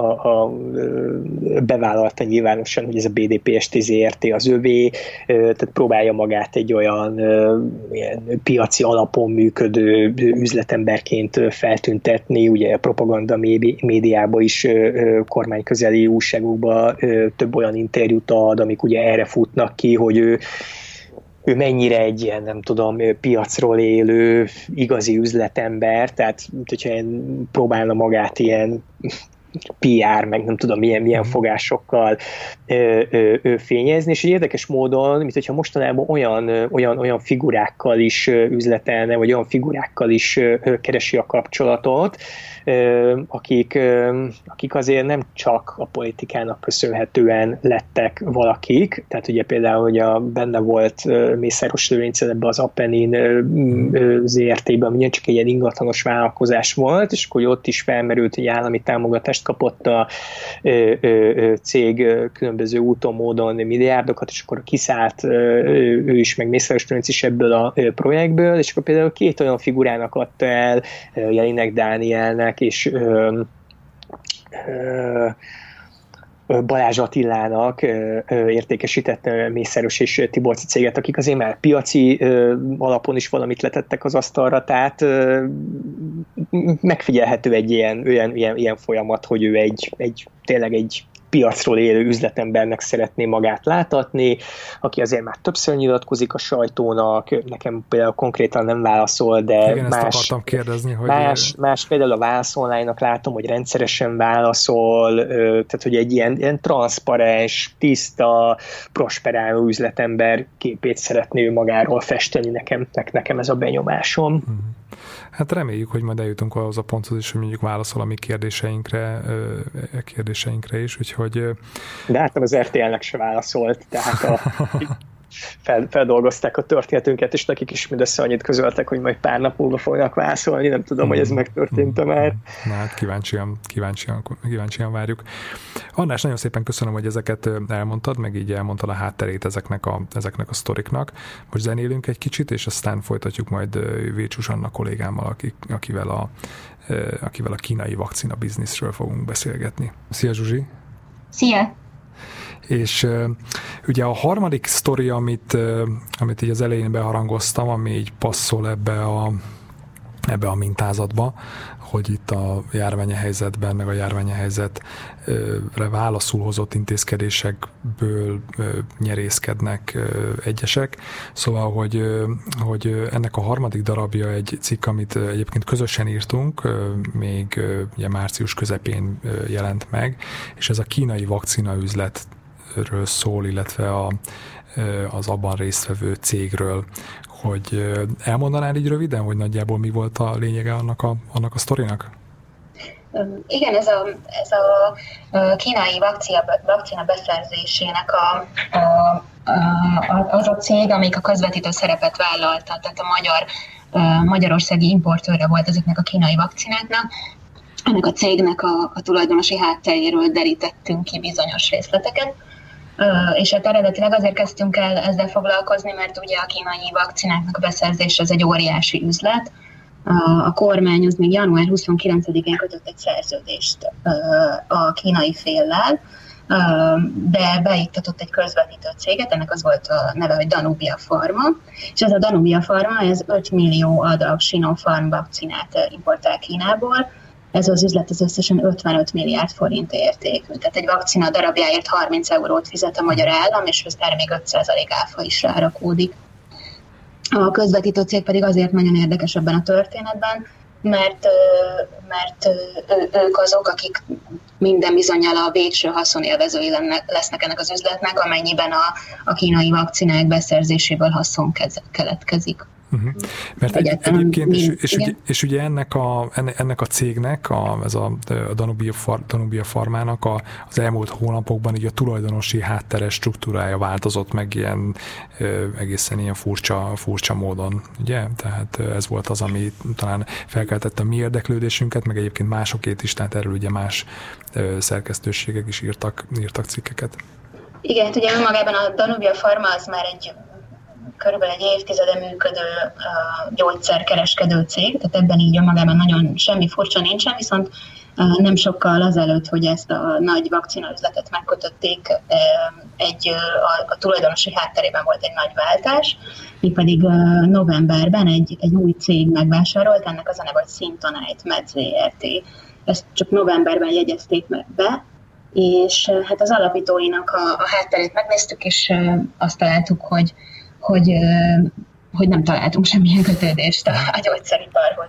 bevállalta nyilvánosan, hogy ez a BDP Zrt. Az övé, tehát próbálja magát egy olyan ilyen piaci alapon működő üzletemberként feltüntetni, ugye a propaganda médiában is, kormányközeli újságokban több olyan interjút ad, amik ugye erre futnak ki, hogy ő mennyire egy ilyen, nem tudom, piacról élő, igazi üzletember, tehát hogyha próbálna magát ilyen PR, meg nem tudom, milyen fogásokkal fényezni, és érdekes módon, mint hogyha mostanában olyan figurákkal is üzletelne, vagy olyan figurákkal is keresi a kapcsolatot, akik azért nem csak a politikának köszönhetően lettek valakik, tehát ugye például, hogy benne volt Mészáros Lőrinc ebben az Apennin ZRT-ben, ami csak egy ilyen ingatlanos vállalkozás volt, és akkor ott is felmerült, hogy állami támogatást kapott a cég különböző úton, módon milliárdokat, és akkor kiszállt ő is, meg Mészáros Lőrinc is ebből a projektből, és akkor például 2 olyan figurának adta el, Jelinek Dánielnek, és Balázs Attilának értékesített Mészáros és Tiborci céget, akik azért már piaci alapon is valamit letettek az asztalra, tehát megfigyelhető egy ilyen folyamat, hogy ő tényleg egy piacról élő üzletembernek szeretné magát láthatni, aki azért már többször nyilatkozik a sajtónak, nekem például konkrétan nem válaszol, de igen, ezt akartam kérdezni, hogy más például a Válasz Online-nak látom, hogy rendszeresen válaszol, tehát hogy egy ilyen transzparens, tiszta, prosperáló üzletember képét szeretné ő magáról festeni, nekem ez a benyomásom. Hát reméljük, hogy majd eljutunk ahhoz a ponthoz is, hogy mondjuk válaszol a mi kérdéseinkre is, úgyhogy... De hát az RTL-nek se válaszolt, tehát feldolgozták a történetünket, és nekik is mindössze annyit közöltek, hogy majd pár nap múlva fognak válaszolni, nem tudom, hogy ez megtörtént már. Na hát kíváncsian várjuk. András, nagyon szépen köszönöm, hogy ezeket elmondtad, meg így elmondtad a hátterét ezeknek a sztoriknak. Most zenélünk egy kicsit, és aztán folytatjuk majd Vécsus Anna kollégámmal, akivel a kínai vakcina bizniszről fogunk beszélgetni. Szia, Zsuzsi! Szia! És ugye a harmadik sztori, amit így az elején beharangoztam, ami így passzol ebbe a mintázatba, hogy itt a járványhelyzetben, meg a járványhelyzetre válaszul hozott intézkedésekből nyerészkednek egyesek. Szóval, hogy ennek a harmadik darabja egy cikk, amit egyébként közösen írtunk, még ugye március közepén jelent meg, és ez a kínai vakcina üzletről szól, illetve az abban résztvevő cégről. Hogy elmondanál így röviden, hogy nagyjából mi volt a lényege annak a sztorinak? Igen, ez a kínai vakcina beszerzésének az a cég, amelyik a közvetítő szerepet vállalta, tehát a magyarországi importőre volt ezeknek a kínai vakcináknak. Ennek a cégnek a tulajdonosi hátteréről derítettünk ki bizonyos részleteket, és hát eredetileg azért kezdtünk el ezzel foglalkozni, mert ugye a kínai vakcináknak a beszerzése ez egy óriási üzlet. A kormány az még január 29-én kötött egy szerződést a kínai féllel, de beiktatott egy közvetítő céget, ennek az volt a neve, hogy Danubia Pharma, és ez a Danubia Pharma, ez 5 millió adag Sinopharm vakcinát importál Kínából. Ez az üzlet az összesen 55 milliárd forint értékű. Tehát egy vakcina darabjáért 30 eurót fizet a magyar állam, és erre még 5% áfa is rárakódik. A közvetítő cég pedig azért nagyon érdekes ebben a történetben, mert ők azok, akik minden bizonnyal a végső haszonélvezői lesznek ennek az üzletnek, amennyiben a kínai vakcinák beszerzéséből haszon keletkezik. Mert egyébként, és ugye ennek a cégnek, ez a Danubia Pharmának az elmúlt hónapokban így a tulajdonosi hátteres struktúrája változott meg ilyen egészen ilyen furcsa módon, ugye? Tehát ez volt az, ami talán felkeltette a mi érdeklődésünket, meg egyébként másokét is, tehát erről ugye más szerkesztőségek is írtak cikkeket. Igen, ugye önmagában a Danubia Pharma az már körülbelül egy évtizede működő gyógyszerkereskedő cég, tehát ebben így önmagában nagyon semmi furcsa nincsen, viszont nem sokkal azelőtt, hogy ezt a nagy vakcinaüzletet megkötötték, a tulajdonosi hátterében volt egy nagy váltás, mégpedig novemberben egy új cég megvásárolt, ennek az a neve, hogy Syntonite Med ZRT. Ezt csak novemberben jegyezték be, és hát az alapítóinak a hátterét megnéztük, és azt találtuk, hogy nem találtunk semmilyen kötődést a gyógyszeriparhoz,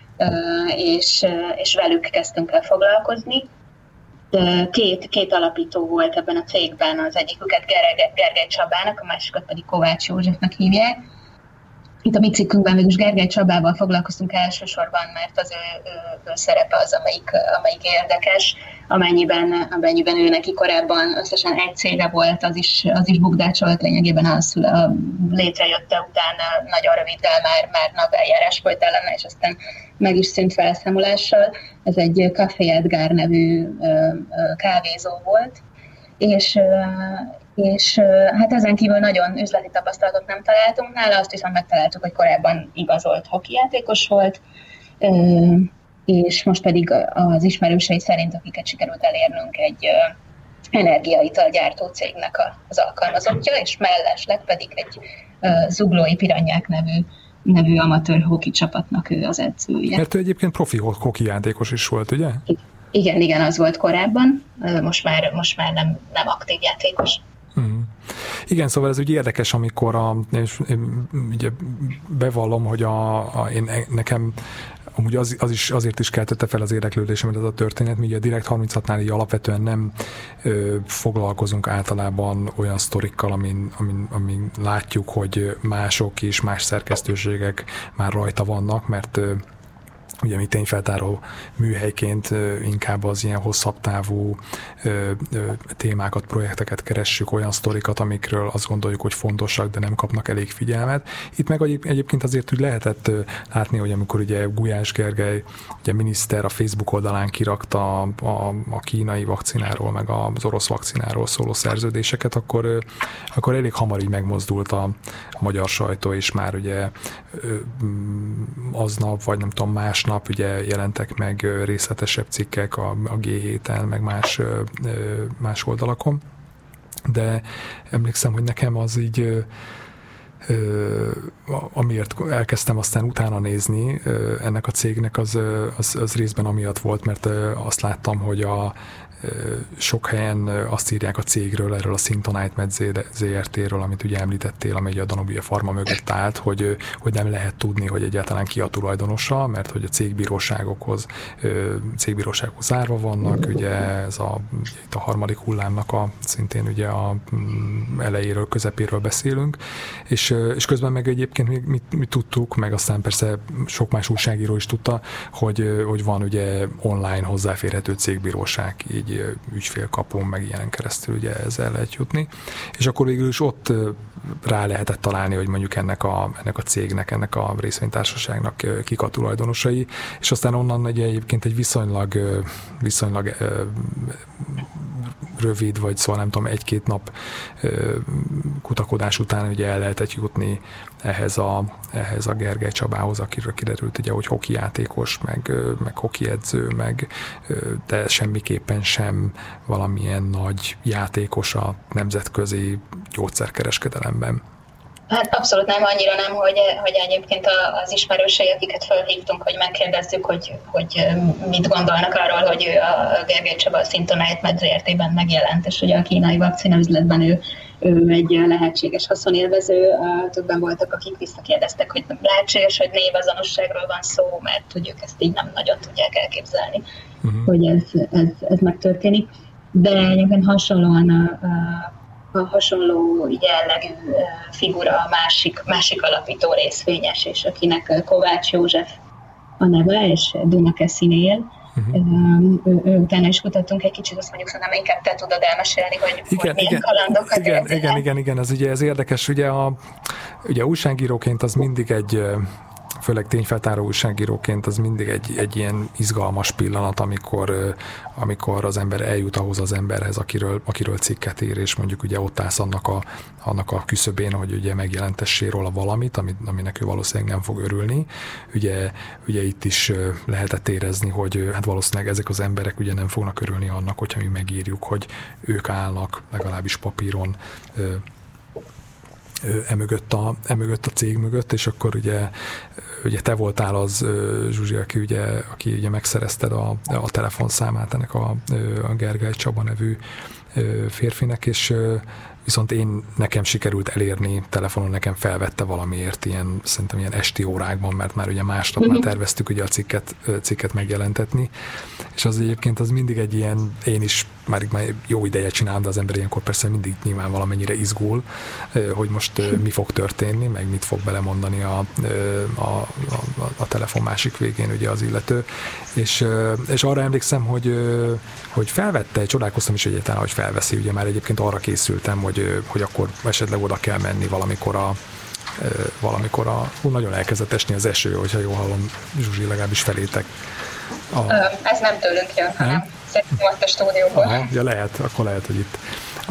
és velük kezdtünk el foglalkozni. Két alapító volt ebben a cégben, az egyiküket Gergely Csabának, a másikat pedig Kovács Józsefnek hívják, Itt a mi cikkünkben mégis Gergely Csabával foglalkoztunk elsősorban, mert az ő szerepe az, amelyik érdekes, amennyiben ő neki korábban összesen egy cége volt, az is bukdácsolt, lényegében a létrejötte után nagyon röviddel már napeljárás folyt ellene, és aztán meg is szűnt felszámolással. Ez egy Café Edgar nevű kávézó volt, és hát ezen kívül nagyon üzleti tapasztalatot nem találtunk nála, azt viszont megtaláltuk, hogy korábban igazolt hokijátékos volt, és most pedig az ismerősei szerint, akiket sikerült elérnünk, egy energiaitalgyártó cégnek az alkalmazottja, és mellesleg pedig egy Zuglói Piranyák nevű amatőr hoki csapatnak ő az edzője. Mert ő egyébként profi hoki játékos is volt, ugye? Igen, az volt korábban, most már nem aktív játékos. Igen, szóval ez úgy érdekes, amikor és ugye bevallom, hogy nekem amúgy azért is keltette fel az érdeklődésemet ez a történet, míg a Direkt 36-nál így alapvetően nem foglalkozunk általában olyan sztorikkal, amin látjuk, hogy mások és más szerkesztőségek már rajta vannak, mert ugye mi tényfeltáró műhelyként inkább az ilyen hosszabb távú témákat, projekteket keressük, olyan sztorikat, amikről azt gondoljuk, hogy fontosak, de nem kapnak elég figyelmet. Itt meg egyébként azért úgy lehetett látni, hogy amikor ugye Gulyás Gergely, ugye miniszter a Facebook oldalán kirakta a kínai vakcináról, meg az orosz vakcináról szóló szerződéseket, akkor elég hamar így megmozdult a magyar sajtó, és már ugye aznap, vagy nem tudom, másnap ugye jelentek meg részletesebb cikkek a G7-en, meg más oldalakon. De emlékszem, hogy nekem az így amiért elkezdtem aztán utána nézni ennek a cégnek, az részben amiatt volt, mert azt láttam, hogy sok helyen azt írják a cégről, erről a Syntonite Med ZRT-ről, amit ugye említettél, amely a Danubia Pharma mögött állt, hogy nem lehet tudni, hogy egyáltalán ki a tulajdonosa, mert hogy a cégbíróságokhoz zárva vannak, ugye ez itt a harmadik hullámnak szintén ugye a elejéről, közepéről beszélünk, és közben meg egyébként mi tudtuk, meg aztán persze sok más újságíró is tudta, hogy van ugye online hozzáférhető cégbíróság, így ügyfélkapón, meg ilyenen keresztül ugye ezzel lehet jutni. És akkor végül is ott rá lehetett találni, hogy mondjuk ennek a cégnek, ennek a részvénytársaságnak kik a tulajdonosai, és aztán onnan ugye egyébként egy viszonylag rövid, vagy szóval nem tudom, 1-2 nap kutakodás után ugye el lehetett jutni ehhez a Gergely Csabához, akiről kiderült ugye, hogy hoki játékos, meg hoki edző, de semmiképpen sem valamilyen nagy játékos a nemzetközi gyógyszerkereskedelemben. Hát abszolút nem, annyira nem, hogy egyébként az ismerősei, akiket felhívtunk, hogy megkérdezzük, hogy mit gondolnak arról, hogy ő a Gergely Csaba a Syntonite Med ZRT-ben megjelent, és ugye a kínai vakcina üzletben ő egy lehetséges haszonélvező. Többen voltak, akik visszakérdeztek, hogy lehetséges, hogy névazonosságról van szó, mert hogy ők ezt így nem nagyon tudják elképzelni, hogy ez megtörténik. De egyébként hasonló jellegű figura a másik alapító részvényes, és akinek Kovács József a neve, és Dunakeszin él. Ő utána is kutattunk egy kicsit, azt mondjuk, szerintem inkább te tudod elmesélni, hogy milyen kalandokat élt. Igen, ez érdekes. Ugye újságíróként az mindig főleg tényfeltáró újságíróként az mindig egy ilyen izgalmas pillanat, amikor az ember eljut ahhoz az emberhez, akiről cikket ír, és mondjuk ugye ott állsz annak a küszöbén, hogy ugye megjelentessél róla valamit, aminek ő valószínűleg nem fog örülni. Ugye itt is lehetett érezni, hogy hát valószínűleg ezek az emberek ugye nem fognak örülni annak, hogyha mi megírjuk, hogy ők állnak legalábbis papíron emögött a cég mögött, és akkor ugye te voltál az, Zsuzsi, aki ugye megszerezted a telefonszámát ennek a Gergely Csaba nevű férfinek, és viszont nekem sikerült elérni telefonon, nekem felvette valamiért szerintem ilyen esti órákban, mert már ugye másnap már terveztük ugye a cikket megjelentetni, és az egyébként az mindig egy ilyen, én is már jó ideje csinálom, de az ember ilyenkor persze mindig nyilván valamennyire izgul, hogy most mi fog történni, meg mit fog belemondani a telefon másik végén ugye az illető, és arra emlékszem, hogy felvette, csodálkoztam is egyáltalán, hogy felveszi, ugye már egyébként arra készültem, hogy akkor esetleg oda kell menni valamikor nagyon elkezdett esni az eső, hogyha jól hallom, Zsuzsi, legalábbis felétek. Ez nem tőlünk jön, hanem szerintem ott a stúdióból. Aha, ja, akkor lehet, hogy itt.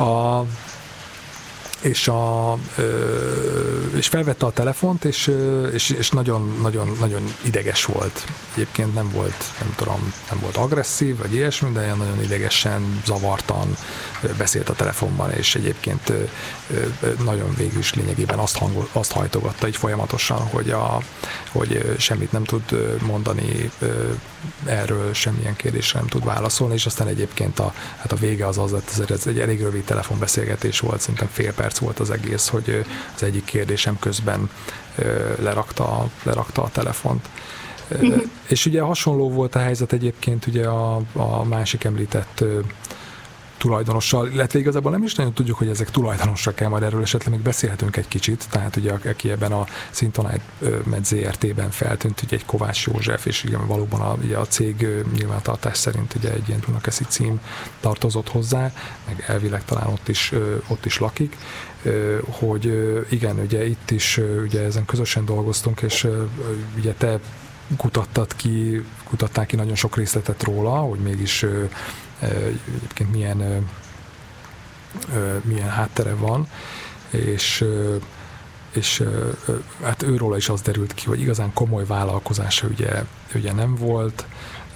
És felvette a telefont, és nagyon, nagyon, nagyon ideges volt. Egyébként nem volt agresszív, vagy ilyesmi, de nagyon idegesen, zavartan beszélt a telefonban, és egyébként nagyon végül is lényegében azt hajtogatta így folyamatosan, hogy semmit nem tud mondani erről, semmilyen kérdésre nem tud válaszolni, és aztán egyébként a vége az lett, ez egy elég rövid telefonbeszélgetés volt, szerintem fél perc volt az egész, hogy az egyik kérdésem közben lerakta a telefont. És ugye hasonló volt a helyzet egyébként ugye a másik említett tulajdonossal, illetve igazából nem is nagyon tudjuk, hogy ezek tulajdonosak-e, majd erről esetleg még beszélhetünk egy kicsit, tehát ugye aki ebben a Syntonite Med ZRT-ben feltűnt, ugye egy Kovács József, és igen, valóban ugye a cég nyilvántartás szerint ugye egy ilyen Dunakeszi cím tartozott hozzá, meg elvileg talán ott is lakik, hogy igen, ugye itt is ugye ezen közösen dolgoztunk, és ugye te kutatták ki nagyon sok részletet róla, hogy mégis egyébként milyen háttere van, és hát őróla is az derült ki, hogy igazán komoly vállalkozása ugye nem volt.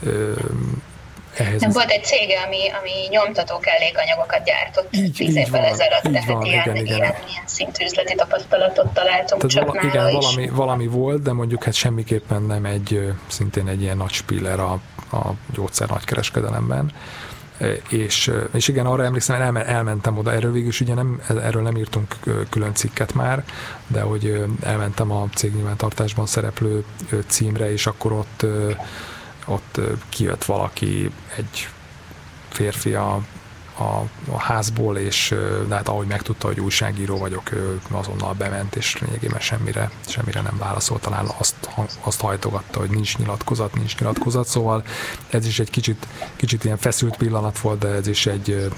Nem volt egy cége, ami nyomtató kellékanyagokat gyártott 10 évvel ezelőtt, tehát ilyen szintű üzleti tapasztalatot találtunk. Tehát valami volt, de mondjuk hát semmiképpen nem szintén egy ilyen nagy spiller a gyógyszer nagykereskedelemben. És igen, arra emlékszem, elmentem oda, erről végül is ugye erről nem írtunk külön cikket már, de hogy elmentem a cégnyilvántartásban szereplő címre, és akkor ott kijött valaki, egy férfi a házból, és de hát ahogy megtudta, hogy újságíró vagyok, ő azonnal bement, és lényegében semmire nem válaszolt, talán azt hajtogatta, hogy nincs nyilatkozat, szóval ez is egy kicsit ilyen feszült pillanat volt, de ez is egy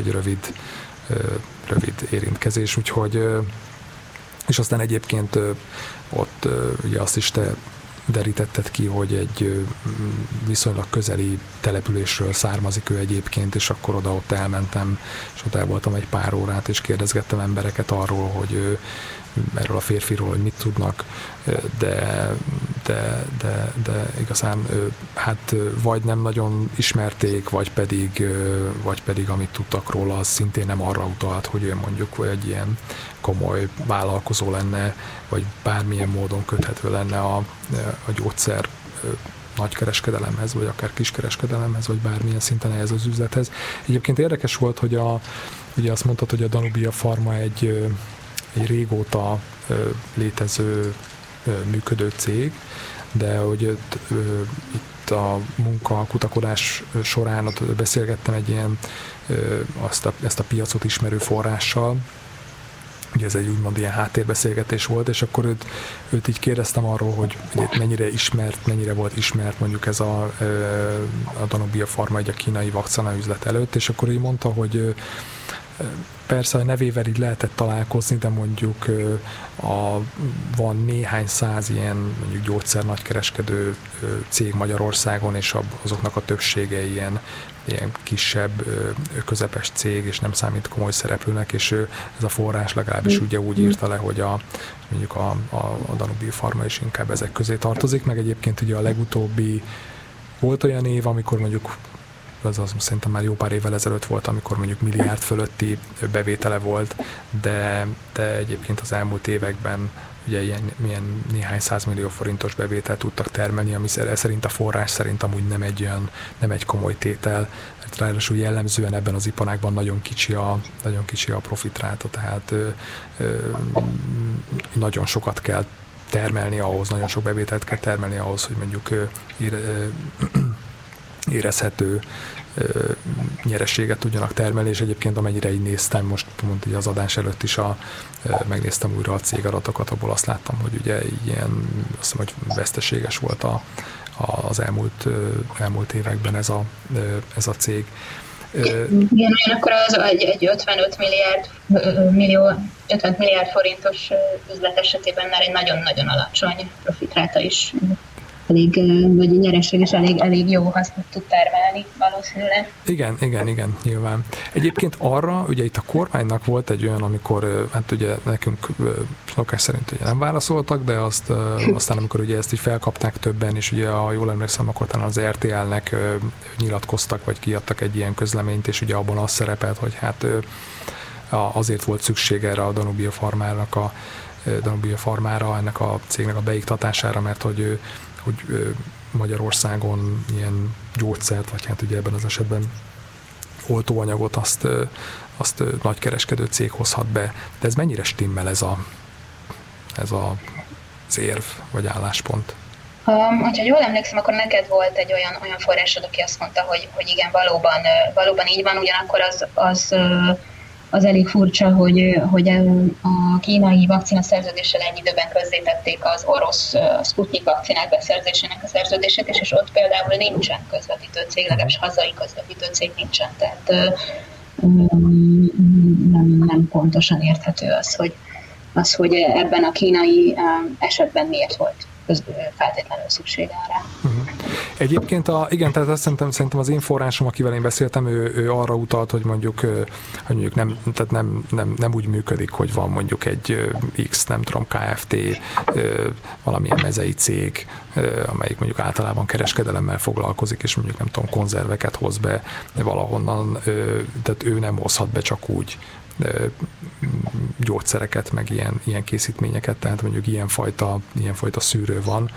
rövid érintkezés, úgyhogy és aztán egyébként ott ugye azt is te derítetted ki, hogy egy viszonylag közeli településről származik ő egyébként, és akkor ott elmentem, és ott el voltam egy pár órát, és kérdezgettem embereket arról, hogy erről a férfiról, hogy mit tudnak, de igazán hát vagy nem nagyon ismerték, vagy pedig amit tudtak róla, az szintén nem arra utalt, hogy ő mondjuk egy ilyen komoly vállalkozó lenne, vagy bármilyen módon köthető lenne a gyógyszer nagykereskedelemhez, vagy akár kiskereskedelemhez, vagy bármilyen szinten ehhez az üzlethez. Egyébként érdekes volt, hogy ugye azt mondtad, hogy a Danubia Pharma egy régóta létező, működő cég, de hogy itt a kutakodás során ott beszélgettem egy ilyen ezt a piacot ismerő forrással, ugye ez egy úgymond ilyen háttérbeszélgetés volt, és akkor őt így kérdeztem arról, hogy mennyire volt ismert mondjuk ez a Danubia Pharma egy a kínai vakcina üzlet előtt, és akkor így mondta, hogy persze a nevével így lehetett találkozni, de mondjuk van néhány száz ilyen mondjuk gyógyszer nagykereskedő cég Magyarországon, és azoknak a többsége ilyen kisebb, közepes cég, és nem számít komoly szereplőnek, és ez a forrás legalábbis ugye úgy írta le, hogy mondjuk a Danubia Pharma is inkább ezek közé tartozik, meg egyébként ugye a legutóbbi volt olyan év, amikor mondjuk az szerintem már jó pár évvel ezelőtt volt, amikor mondjuk milliárd fölötti bevétele volt, de egyébként az elmúlt években ugye ilyen néhány 100 millió forintos bevételt tudtak termelni, ami szerint a forrás szerint amúgy nem egy komoly tétel. Ráadásul jellemzően ebben az iparágban nagyon kicsi a profitráta, tehát nagyon sokat kell termelni ahhoz, nagyon sok bevételt kell termelni ahhoz, hogy mondjuk érezhető nyerességet tudjanak termelni, és egyébként amennyire így néztem, most pont az adás előtt is megnéztem újra a cégadatokat, abból azt láttam, hogy ugye ilyen, azt hiszem, hogy veszteséges volt az elmúlt években ez a cég. Igen, akkor az egy 55 milliárd forintos üzlet esetében már egy nagyon-nagyon alacsony profitráta is vagy nyereség is elég jó hasznot tud termelni valószínűleg. Igen, nyilván. Egyébként arra, ugye itt a kormánynak volt egy olyan, amikor, hát ugye nekünk szokás szerint ugye nem válaszoltak, de aztán amikor ugye ezt így felkapták többen, és ugye, ha jól emlékszem, akkor talán az RTL-nek nyilatkoztak, vagy kiadtak egy ilyen közleményt, és ugye abban az szerepelt, hogy hát azért volt szükség erre a Danubia Pharmára, ennek a cégnek a beiktatására, mert hogy Magyarországon ilyen gyógyszert, vagy hát ugye ebben az esetben oltóanyagot azt nagykereskedő cég hozhat be. De ez mennyire stimmel ez az érv, vagy álláspont? Ha jól emlékszem, akkor neked volt egy olyan forrásod, aki azt mondta, hogy igen, valóban így van, ugyanakkor az elég furcsa, hogy a kínai vakcina szerződéssel egy időben közzétették az orosz Sputnik vakcinák beszerzésének a szerződését, és ott például nincsen közvetítő cég, legalábbis hazai közvetítő cég nincsen, tehát nem pontosan érthető az, hogy ebben a kínai esetben miért volt feltétlenül szüksége rá. Egyébként tehát azt szerintem az én forrásom, akivel én beszéltem, ő arra utalt, hogy mondjuk nem úgy működik, hogy van mondjuk egy X, nem tudom, Kft. Valamilyen mezei cég, amelyik mondjuk általában kereskedelemmel foglalkozik, és mondjuk nem tudom, konzerveket hoz be valahonnan, tehát ő nem hozhat be csak úgy gyógyszereket, meg ilyen készítményeket, tehát mondjuk ilyenfajta szűrő van,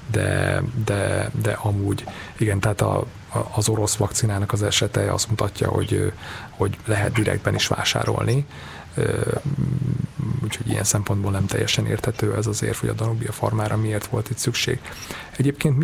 de amúgy igen, tehát az orosz vakcinának az esete azt mutatja, hogy lehet direktben is vásárolni, úgyhogy ilyen szempontból nem teljesen érthető ez az érv, hogy a Danubia Pharmára miért volt itt szükség. Egyébként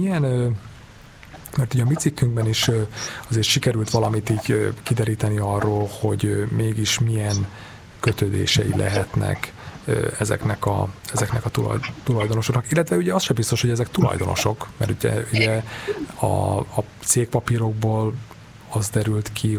mert ugye a mi cikkünkben is azért sikerült valamit így kideríteni arról, hogy mégis milyen kötődései lehetnek ezeknek a tulajdonosoknak, illetve ugye az sem biztos, hogy ezek tulajdonosok, mert ugye a cégpapírokból az derült ki,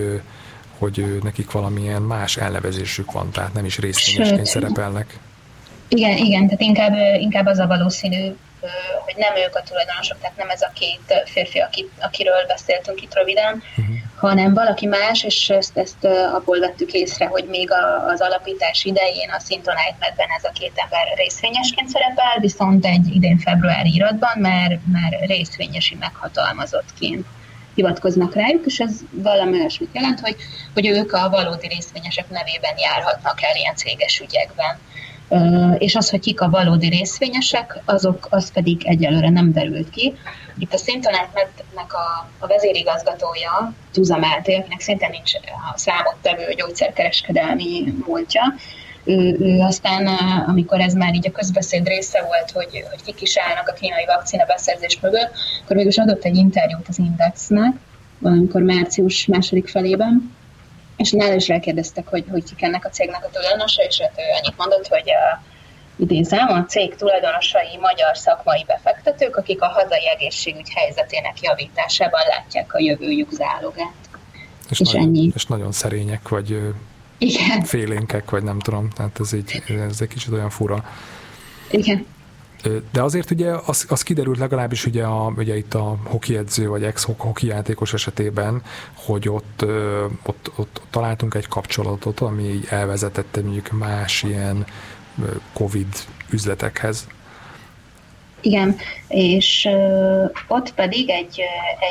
hogy nekik valamilyen más elnevezésük van, tehát nem is részvényesként szerepelnek. Igen, tehát inkább az a valószínű, hogy nem ők a tulajdonosok, tehát nem ez a két férfi, akiről beszéltünk itt röviden, hanem valaki más, és ezt abból vettük észre, hogy még az alapítás idején a Syntonite-ben ez a két ember részvényesként szerepel, viszont egy idén februári iratban már részvényesi meghatalmazottként hivatkoznak rájuk, és ez valami olyasmit jelent, hogy ők a valódi részvényesek nevében járhatnak el ilyen céges ügyekben. És az, hogy kik a valódi részvényesek, az pedig egyelőre nem derült ki. Itt a Syntonite-nek a vezérigazgatója, Tuza Máté, akinek szintén nincs a számottevő gyógyszerkereskedelmi múltja, ő aztán, amikor ez már így a közbeszéd része volt, hogy kik is állnak a kínai vakcina beszerzés mögött, akkor mégis adott egy interjút az Indexnek, valamikor március második felében, és nála is rákérdeztek, hogy kik ennek a cégnek a tulajdonosa, és hát ő annyit mondott, hogy idézem, a cég tulajdonosai magyar szakmai befektetők, akik a hazai egészségügy helyzetének javításában látják a jövőjük zálogát. És ennyi. És nagyon szerények, vagy igen. Félénkek, vagy nem tudom, tehát ez egy kicsit olyan fura. Igen. De azért ugye az kiderült legalábbis ugye itt a hoki edző vagy ex-hoki játékos esetében, hogy ott találtunk egy kapcsolatot, ami elvezetett mondjuk más ilyen Covid üzletekhez. Igen, és ott pedig egy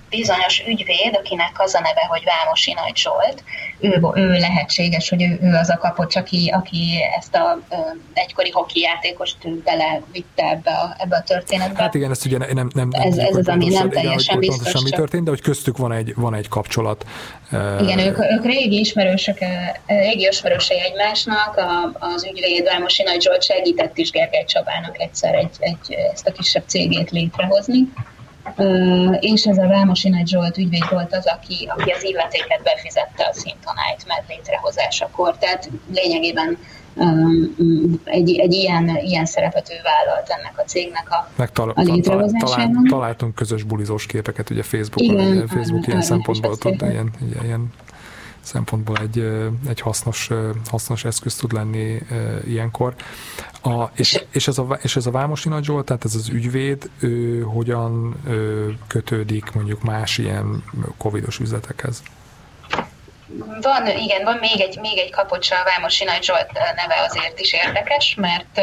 bizonyos ügyvéd, akinek az a neve, hogy Vámosi Nagy Zsolt, ő lehetséges, hogy ő az a kapocs, aki ezt a egykori hoki játékost belevitte ebbe a történetbe. Hát igen, ezt ugye nem ez az, ami nem teljesen biztos. Mi történt, de hogy köztük van egy kapcsolat. Igen, ők régi ismerősei egymásnak, az ügyvéd Vámosi Nagy Zsolt segített is Gergely Csabának egyszer ezt a kisebb cégét létrehozni. És ez a Vámosi Nagy Zsolt ügyvéd volt az, aki az illetéket befizette a Syntonite létrehozásakor. Tehát lényegében egy ilyen szerepet ő vállalt ennek a cégnek a létrehozásában. Találtunk közös bulizós képeket ugye Facebookon. Igen, Facebook ilyen szempontból ilyen szempontból egy hasznos eszköz tud lenni ilyenkor. És ez a Vámosi Nagy Zsolt, tehát ez az ügyvéd, ő hogyan kötődik mondjuk más ilyen covidos üzletekhez? Van még egy kapocs, a Vámosi Nagy Zsolt neve azért is érdekes, mert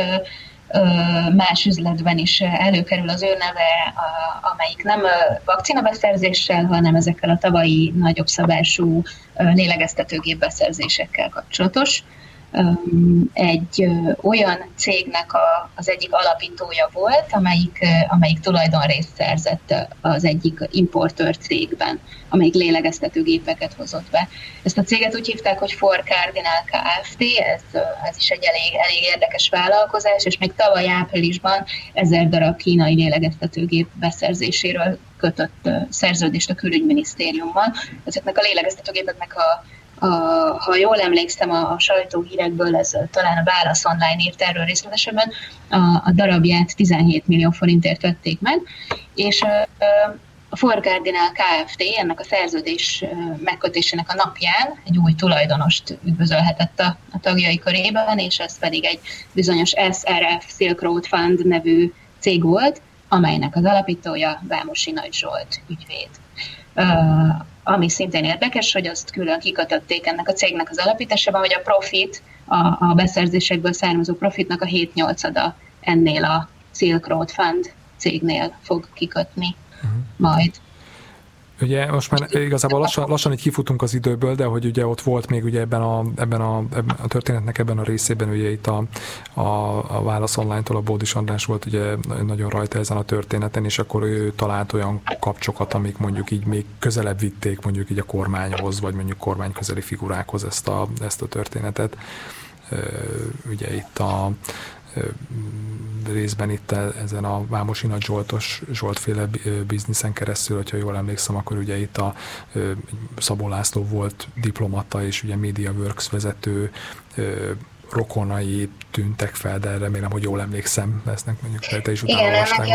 más üzletben is előkerül az ő neve, amelyik nem vakcinabeszerzéssel, hanem ezekkel a tavalyi nagyobb szabású lélegeztetőgép beszerzésekkel kapcsolatos. Egy olyan cégnek az egyik alapítója volt, amelyik tulajdonrészt szerzett az egyik importőr cégben, amelyik lélegeztetőgépeket hozott be. Ezt a céget úgy hívták, hogy For Cardinal Kft. Ez is egy elég érdekes vállalkozás, és még tavaly áprilisban 1000 darab kínai lélegeztetőgép beszerzéséről kötött szerződést a külügyminisztériummal. Ezeknek a lélegeztetőgépeknek ha jól emlékszem a sajtóhírekből, ez talán a Válasz Online írt erről részletesebben, a darabját 17 millió forintért vették meg, és a For Cardinal Kft. Ennek a szerződés megkötésének a napján egy új tulajdonost üdvözölhetett a tagjai körében, és ez pedig egy bizonyos SRF Silk Road Fund nevű cég volt, amelynek az alapítója Vámosi Nagy Zsolt ügyvéd. Ami szintén érdekes, hogy azt külön kikötötték ennek a cégnek az alapításában, hogy a profit, a beszerzésekből származó profitnak a 7/8 ennél a Silk Road Fund cégnél fog kikötni majd. Ugye most már igazából lassan így kifutunk az időből, de hogy ugye ott volt még ugye ebben a történetnek ebben a részében, ugye itt a Válasz Online-tól a Bódis András volt ugye nagyon rajta ezen a történeten, és akkor ő talált olyan kapcsokat, amik mondjuk így még közelebb vitték mondjuk így a kormányhoz, vagy mondjuk kormányközeli figurákhoz ezt a történetet. Ugye itt a részben itt ezen a Vámosi Nagy Zsoltféle bizniszen keresztül, hogyha jól emlékszem, akkor ugye itt a Szabó László volt diplomata, és ugye MediaWorks vezető rokonai tűntek fel, de remélem, hogy jól emlékszem, lesznek mondjuk te is utána. Igen, neki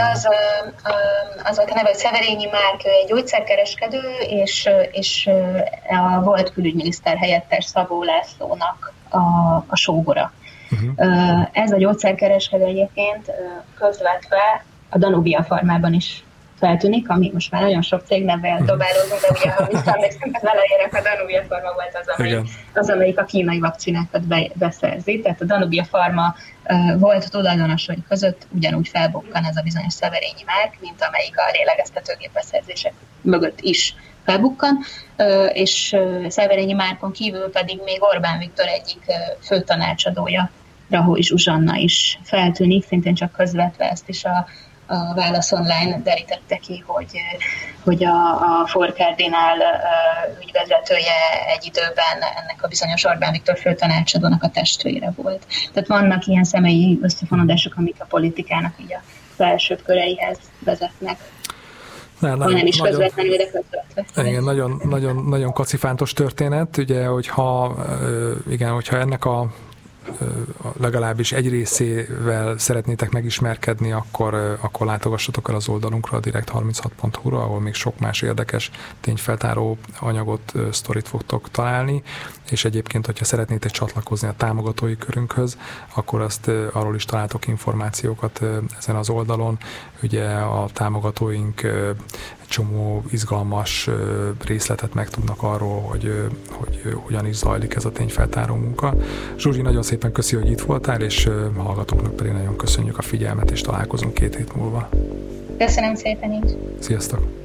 az volt a neve, hogy Szeverényi Márk, ő egy gyógyszerkereskedő, és a volt külügyminiszter helyettes Szabó Lászlónak a sógora. Ez a gyógyszerkereskedő egyébként közvetve a Danubia Farmában is feltűnik, ami most már nagyon sok cégnevel dobálózunk, de ugye, ha visszaemlékszünk, az elejére a Danubia Farma volt az, amelyik a kínai vakcinákat beszerzi. Tehát a Danubia Farma volt tulajdonosai között ugyanúgy felbukkan ez a bizonyos Szeverényi Márk, mint amelyik a lélegeztetőgép beszerzések mögött is felbukkan, és Szeverényi Márkon kívül pedig még Orbán Viktor egyik főtanácsadója, Rahoy Zsuzsanna is feltűnik, szintén csak közvetve, ezt is a Válasz Online derítette ki, hogy a For Cardinal ügyvezetője egy időben ennek a bizonyos Orbán Viktor főtanácsadónak a testvére volt. Tehát vannak ilyen személyi összefonódások, amik a politikának így a felsőbb köreihez vezetnek. Nem is közvetlenül, de közvetve. Igen, nagyon kacifántos történet, ugye, hogyha ennek legalábbis egy részével szeretnétek megismerkedni, akkor látogassatok el az oldalunkra, a direkt36.hu-ra, ahol még sok más érdekes tényfeltáró anyagot, sztorit fogtok találni, és egyébként, hogyha szeretnétek csatlakozni a támogatói körünkhöz, akkor arról is találtok információkat ezen az oldalon. Ugye a támogatóink csomó izgalmas részletet megtudnak arról, hogy hogyan is zajlik ez a tényfeltáró munka. Zsuzsi, nagyon szépen köszi, hogy itt voltál, és a hallgatóknak pedig nagyon köszönjük a figyelmet, és találkozunk 2 hét múlva. Köszönöm szépen így. Sziasztok!